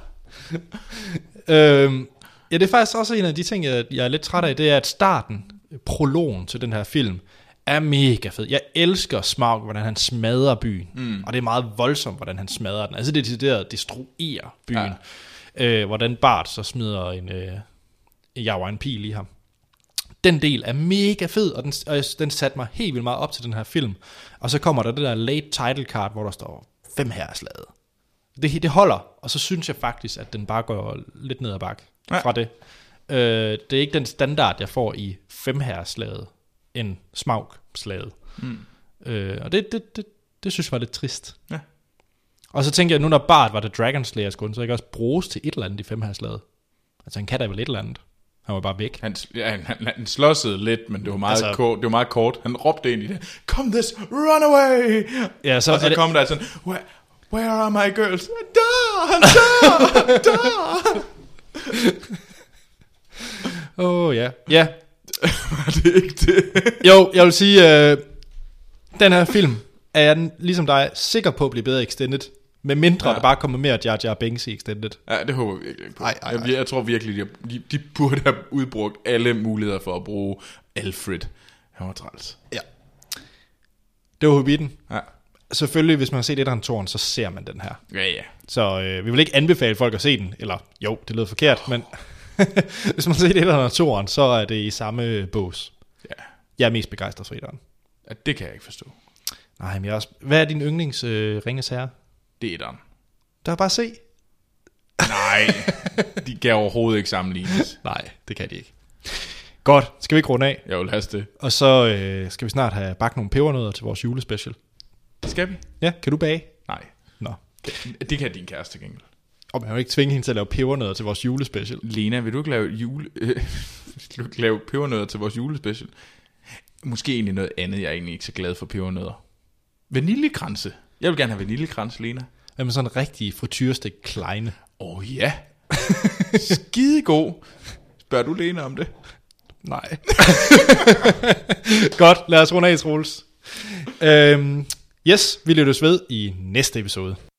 A: øhm, ja, det er faktisk også en af de ting, jeg, jeg er lidt træt af. Det er, at starten, prologen til den her film, er mega fed. Jeg elsker Smaug, hvordan han smadrer byen. Mm. Og det er meget voldsomt, hvordan han smadrer den. Altså det er decideret destruerer byen. Ja. Øh, hvordan Bard så smider en... Øh, jeg var en pil i ham. Den del er mega fed, og den, og den satte mig helt vildt meget op til den her film. Og så kommer der det der late title card, hvor der står fem her slaget. Det, det holder, og så synes jeg faktisk, at den bare går lidt ned ad bakke ja. Fra det. Øh, det er ikke den standard, jeg får i fem her slaget, end Smaug slaget. Mm. Øh, og det, det, det, det synes jeg var lidt trist.
B: Ja.
A: Og så tænker jeg, nu når Bart var The Dragon Slayers grund, så ikke også bruges til et eller andet i femhalslaget. Altså han kan da vel et eller andet. Han var bare væk.
B: Han, ja, han, han, han slåsede lidt, men det var meget,
A: Altså-
B: altså, kort, det var meget kort. Han råbte ind i det. Come this, run away!
A: Ja, så
B: og så
A: er det-
B: kom der sådan, where, where are my girls? Da, da, da.
A: Åh oh, ja. Ja,
B: Var det ikke det?
A: jo, jeg vil sige, øh, den her film er jeg ligesom dig sikker på at blive bedre extended. Med mindre ja. der bare kommer mere Jar Jar Binks i extended.
B: Ja, det håber jeg virkelig ikke på.
A: Ej, ej, ej.
B: Jeg, jeg tror virkelig, de, de, de burde have udbrugt alle muligheder for at bruge Alfred. Han var træls.
A: Ja. Det var Hobbiten.
B: Ja,
A: Selvfølgelig, hvis man har set etteren toren, så ser man den her.
B: ja. ja.
A: Så øh, vi vil ikke anbefale folk at se den. Eller jo, det lyder forkert, men hvis man har set etteren og toren, så er det i samme bås.
B: ja.
A: Jeg er mest begejstret for etteren.
B: ja det kan jeg ikke forstå.
A: Nej, men jeg er også... Hvad er din yndlings øh, Ringes Herre?
B: Det er etteren.
A: Der er bare se.
B: Nej, de kan overhovedet ikke sammenlignes.
A: Nej, det kan de ikke. Godt, skal vi ikke runde af?
B: Jeg vil have det.
A: Og så øh, skal vi snart have bagt nogle pebernødder til vores julespecial.
B: Det skal vi?
A: Ja, kan du bage?
B: Nej.
A: Nå.
B: Det kan din kæreste til gengæld.
A: Og man kan jo ikke tvinge hende til at lave pebernødder til vores julespecial.
B: Lena, vil du ikke lave, jule, øh, vil du ikke lave pebernødder til vores julespecial? Måske egentlig noget andet, jeg er egentlig ikke så glad for pebernødder. Vaniljekranse. Jeg vil gerne have vaniljekranse, Lena.
A: Jamen sådan en rigtig frityrstik kleine.
B: Åh oh, ja. Skidegod. Spørger du Lena om det?
A: Nej. Godt, lad os runde af, Troels. Øhm, yes, vi lyttes ved i næste episode.